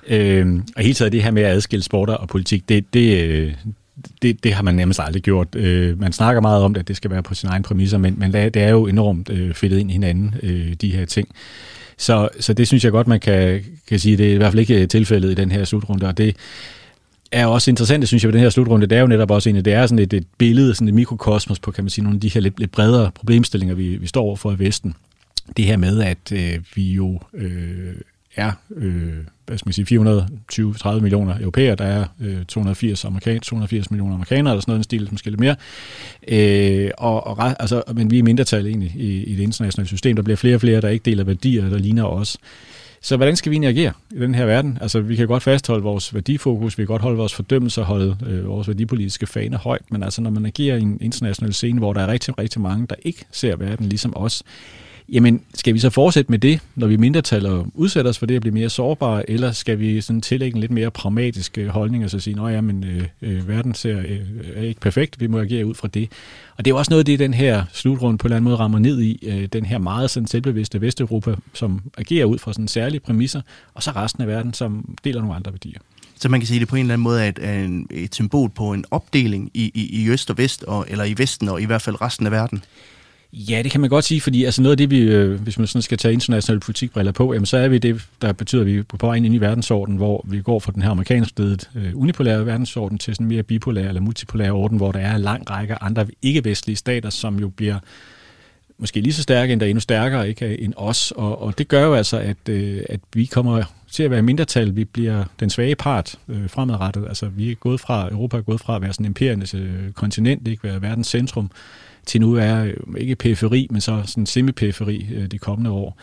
Og hele taget det her med at adskille sporter og politik, det, det, det, det har man nærmest aldrig gjort. Man snakker meget om det, at det skal være på sine egne præmisser, men, men det er jo enormt fedtet ind i hinanden, de her ting. Så, så det synes jeg godt, man kan, kan sige, det er i hvert fald ikke tilfældet i den her slutrunde, og det er også interessant, det synes jeg, ved den her slutrunde. Det er jo netop også en, det er sådan et, et billede, sådan et mikrokosmos på, kan man sige, nogle af de her lidt, lidt bredere problemstillinger, vi, vi står overfor i Vesten. Det her med, at øh, vi jo øh, er, øh, hvad skal man sige, fire hundrede og tyve til tredive millioner europæere, der er øh, to hundrede og firs, amerikan- to hundrede og firs millioner amerikanere, eller sådan noget, en stil, måske lidt mere. Øh, og, og, altså, men vi er mindretal egentlig i, i det internationale system. Der bliver flere og flere, der ikke deler værdier, der ligner os. Så hvordan skal vi egentlig agere i den her verden? Altså, vi kan godt fastholde vores værdifokus, vi kan godt holde vores fordømmelser, holde øh, vores værdipolitiske fane højt, men altså, når man agerer i en international scene, hvor der er rigtig, rigtig mange, der ikke ser verden ligesom os, jamen, skal vi så fortsætte med det, når vi mindretal og udsætter os for det at blive mere sårbare, eller skal vi sådan tillægge en lidt mere pragmatisk holdning og så sige, at øh, øh, verden ser, øh, er ikke perfekt, vi må agere ud fra det. Og det er jo også noget af det, den her slutrunde på en eller anden måde rammer ned i, øh, den her meget sådan selvbevidste Vesteuropa, som agerer ud fra sådan særlige præmisser, og så resten af verden, som deler nogle andre værdier. Så man kan sige, det på en eller anden måde er et, er en, et symbol på en opdeling i, i, i øst og vest, og, eller i vesten og i hvert fald resten af verden. Ja, det kan man godt sige, fordi altså noget af det, vi, øh, hvis man sådan skal tage internationale politikbriller på, jamen, så er vi det, der betyder, at vi er på vej ind i en ny verdensorden, hvor vi går fra den her amerikanskledet øh, unipolære verdensorden til sådan en mere bipolær eller multipolær orden, hvor der er en lang række andre ikke-vestlige stater, som jo bliver måske lige så stærke, endda endnu stærkere ikke, end os. Og, og det gør jo altså, at, øh, at vi kommer til at være mindretal. Vi bliver den svage part øh, fremadrettet. Altså, vi er gået fra, Europa er gået fra at være sådan en imperiernes øh, kontinent, ikke være verdens centrum, til nu er ikke periferi, men så sådan semi-periferi øh, de kommende år.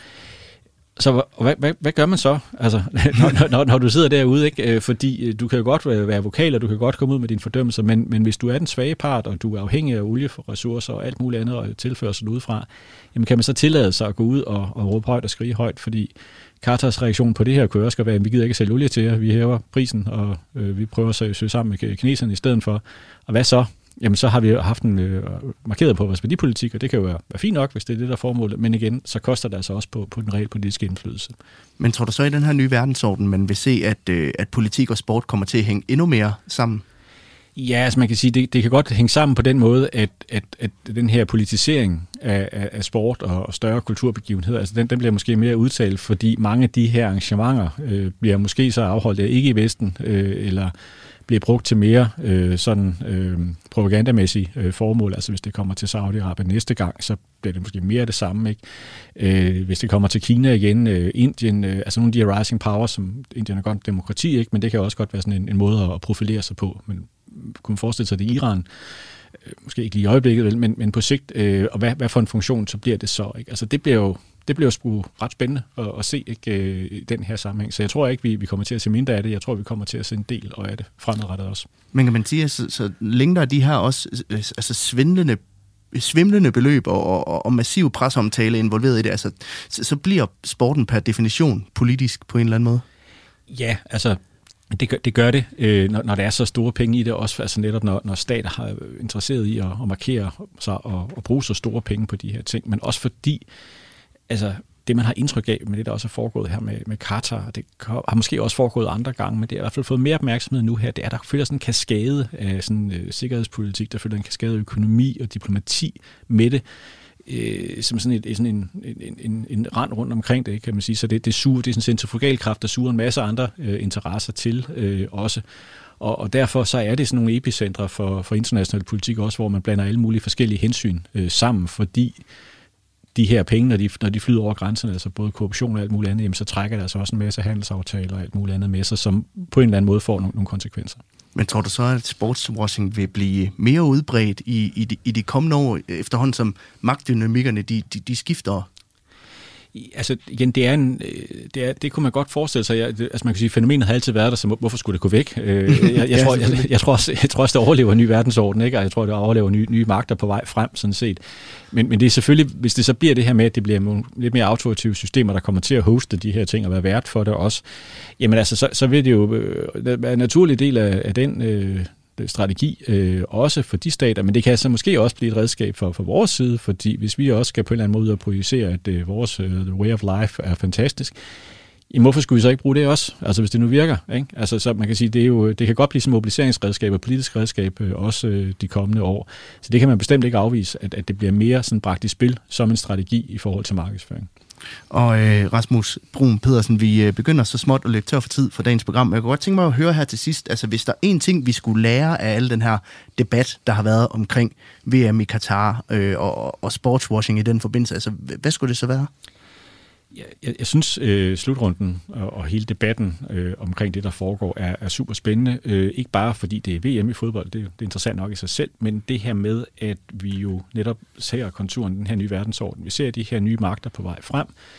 Så hvad, hvad, hvad gør man så, altså, når, når, når du sidder derude, ikke? Fordi du kan jo godt være vokal, og du kan godt komme ud med dine fordømmelser, men, men hvis du er den svage part, og du er afhængig af olieressourcer og alt muligt andet og tilførsel udefra, jamen kan man så tillade sig at gå ud og, og råbe højt og skrige højt, fordi Qatars reaktion på det her kunne også være, at vi gider ikke sælge olie til jer, vi hæver prisen, og øh, vi prøver så at søge sammen med kineserne i stedet for. Og hvad så? Jamen så har vi haft en øh, markeret på vores værdipolitik, og det kan jo være, være fint nok, hvis det er det, der er formålet, men igen, så koster det altså også på, på den reelle politiske indflydelse. Men tror du så i den her nye verdensorden, man vil se, at, øh, at politik og sport kommer til at hænge endnu mere sammen? Ja, altså man kan sige, det, det kan godt hænge sammen på den måde, at, at, at den her politisering af, af, af sport og, og større kulturbegivenheder, altså den, den bliver måske mere udtalt, fordi mange af de her arrangementer øh, bliver måske så afholdt af ikke i Vesten, øh, eller bliver brugt til mere øh, sådan øh, propagandamæssige øh, formål. Altså hvis det kommer til Saudi-Arabien næste gang, så bliver det måske mere det samme, ikke? Øh, hvis det kommer til Kina igen, øh, Indien, øh, altså nogle af de her rising powers, som Indien er godt demokrati, ikke? Men det kan også godt være sådan en, en måde at profilere sig på. Men kunne man forestille sig, det i Iran, øh, måske ikke lige i øjeblikket, vel, men, men på sigt, øh, og hvad, hvad for en funktion, så bliver det så, ikke? Altså det bliver jo Det bliver jo sgu ret spændende at, at se, ikke, i den her sammenhæng. Så jeg tror ikke, vi, vi kommer til at se mindre af det. Jeg tror, vi kommer til at se en del af det fremadrettet også. Men kan man sige, så, så længder de her også altså svindlende, svimlende beløb og, og, og massiv presseomtale involveret i det, altså, så, så bliver sporten per definition politisk på en eller anden måde? Ja, altså det gør det, gør det øh, når, når der er så store penge i det, også altså netop når, når stater har interesseret i at, at markere sig og, og bruge så store penge på de her ting, men også fordi altså, det man har indtryk af med det, der også er foregået her med, med Qatar, det har måske også foregået andre gange, men det har i hvert fald fået mere opmærksomhed nu her, det er, der følger sådan en kaskade af sådan, øh, sikkerhedspolitik, der følger en kaskade af økonomi og diplomati med det, øh, som sådan, et, sådan en, en, en, en rand rundt omkring det, kan man sige. Så det, det, suger, det er sådan en centrifugalkraft, der suger en masse andre øh, interesser til øh, også. Og, og derfor så er det sådan nogle epicentre for, for international politik også, hvor man blander alle mulige forskellige hensyn øh, sammen, fordi de her penge, når de, når de flyder over grænserne, altså både korruption og alt muligt andet, jamen, så trækker der altså også en masse handelsaftaler og alt muligt andet med sig, som på en eller anden måde får nogle, nogle konsekvenser. Men tror du så, at sportswashing vil blive mere udbredt i, i, de, i de kommende år, efterhånden som magtdynamikkerne de, de, de skifter? Altså igen, det er en, det, er, det kunne man godt forestille sig. Jeg, det, altså man kan sige, fænomenet har altid været der, så hvorfor skulle det gå væk? Jeg, jeg, jeg, tror, jeg, jeg, tror også, jeg tror også, det overlever en ny verdensorden, ikke? Og jeg tror, det overlever nye, nye magter på vej frem, sådan set. Men, men det er selvfølgelig, hvis det så bliver det her med, at det bliver lidt mere autoritative systemer, der kommer til at hoste de her ting og være vært for det også, jamen altså, så, så vil det jo være en naturlig del af, af den øh, strategi, øh, også for de stater, men det kan så måske også blive et redskab for, for vores side, fordi hvis vi også skal på en eller anden måde projicere, at øh, vores øh, the way of life er fantastisk, jamen hvorfor skulle vi så ikke bruge det også? Altså hvis det nu virker, ikke? Altså så man kan sige, det er jo, det kan godt blive sådan mobiliseringsredskab og politisk redskab øh, også øh, de kommende år. Så det kan man bestemt ikke afvise, at, at det bliver mere sådan bragt i spil som en strategi i forhold til markedsføring. Og øh, Rasmus Bruun Pedersen, vi øh, begynder så småt at løbe tør for tid for dagens program. Jeg kunne godt tænke mig at høre her til sidst, altså hvis der er en ting, vi skulle lære af al den her debat, der har været omkring V M i Katar øh, og, og sportswashing i den forbindelse, altså hvad skulle det så være? Jeg, jeg, jeg synes, øh, slutrunden og, og hele debatten øh, omkring det, der foregår, er, er super spændende. Øh, ikke bare fordi det er V M i fodbold, det, det er interessant nok i sig selv, men det her med, at vi jo netop ser konturen den her nye verdensorden. Vi ser de her nye magter på vej frem.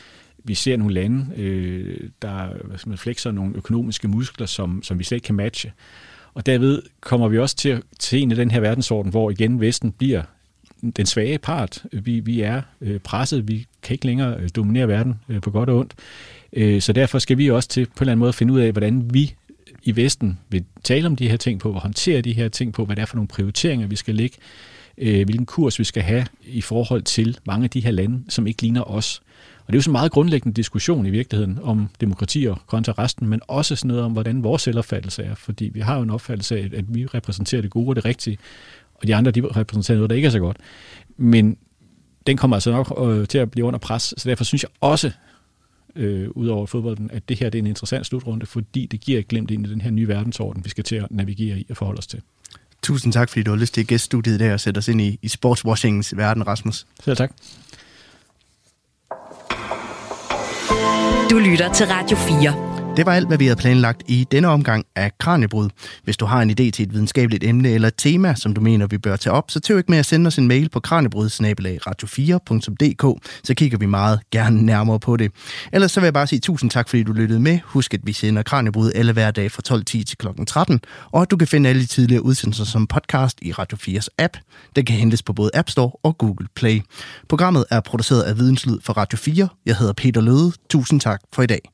vi ser nogle lande, øh, der man flexer nogle økonomiske muskler, som, som vi slet ikke kan matche. Og derved kommer vi også til, til en af den her verdensorden, hvor igen Vesten bliver den svage part. Vi, vi er øh, presset, vi kan ikke længere øh, dominere verden øh, på godt og ondt. Øh, så derfor skal vi også til på en eller anden måde finde ud af, hvordan vi i Vesten vil tale om de her ting på, håndtere de her ting på, hvad det er for nogle prioriteringer, vi skal lægge, øh, hvilken kurs vi skal have i forhold til mange af de her lande, som ikke ligner os. Og det er jo så en meget grundlæggende diskussion i virkeligheden om demokratier kontra resten, men også sådan noget om, hvordan vores selvopfattelse er, fordi vi har jo en opfattelse af, at vi repræsenterer det gode og det rigtige, og de andre, de repræsenterer noget, der ikke er så godt. Men den kommer altså nok øh, til at blive under pres, så derfor synes jeg også, øh, ud over fodbolden, at det her det er en interessant slutrunde, fordi det giver et glimt ind i den her nye verdensorden, vi skal til at navigere i og forholde os til. Tusind tak, fordi du har lyst til at gæststudiet i dag og sætte os ind i, i sportswashingens verden, Rasmus. Selv tak. Du lytter til Radio fire. Det var alt, hvad vi havde planlagt i denne omgang af Kraniebrud. Hvis du har en idé til et videnskabeligt emne eller et tema, som du mener, vi bør tage op, så tøv ikke med at sende os en mail på kraniebrud snabel-a radio fire punktum d k, så kigger vi meget gerne nærmere på det. Ellers så vil jeg bare sige tusind tak, fordi du lyttede med. Husk, at vi sender Kraniebrud alle hverdag fra tolv ti til klokken tretten, og at du kan finde alle de tidligere udsendelser som podcast i Radio fires app. Den kan hentes på både App Store og Google Play. Programmet er produceret af Videnslyd for Radio fire. Jeg hedder Peter Løde. Tusind tak for i dag.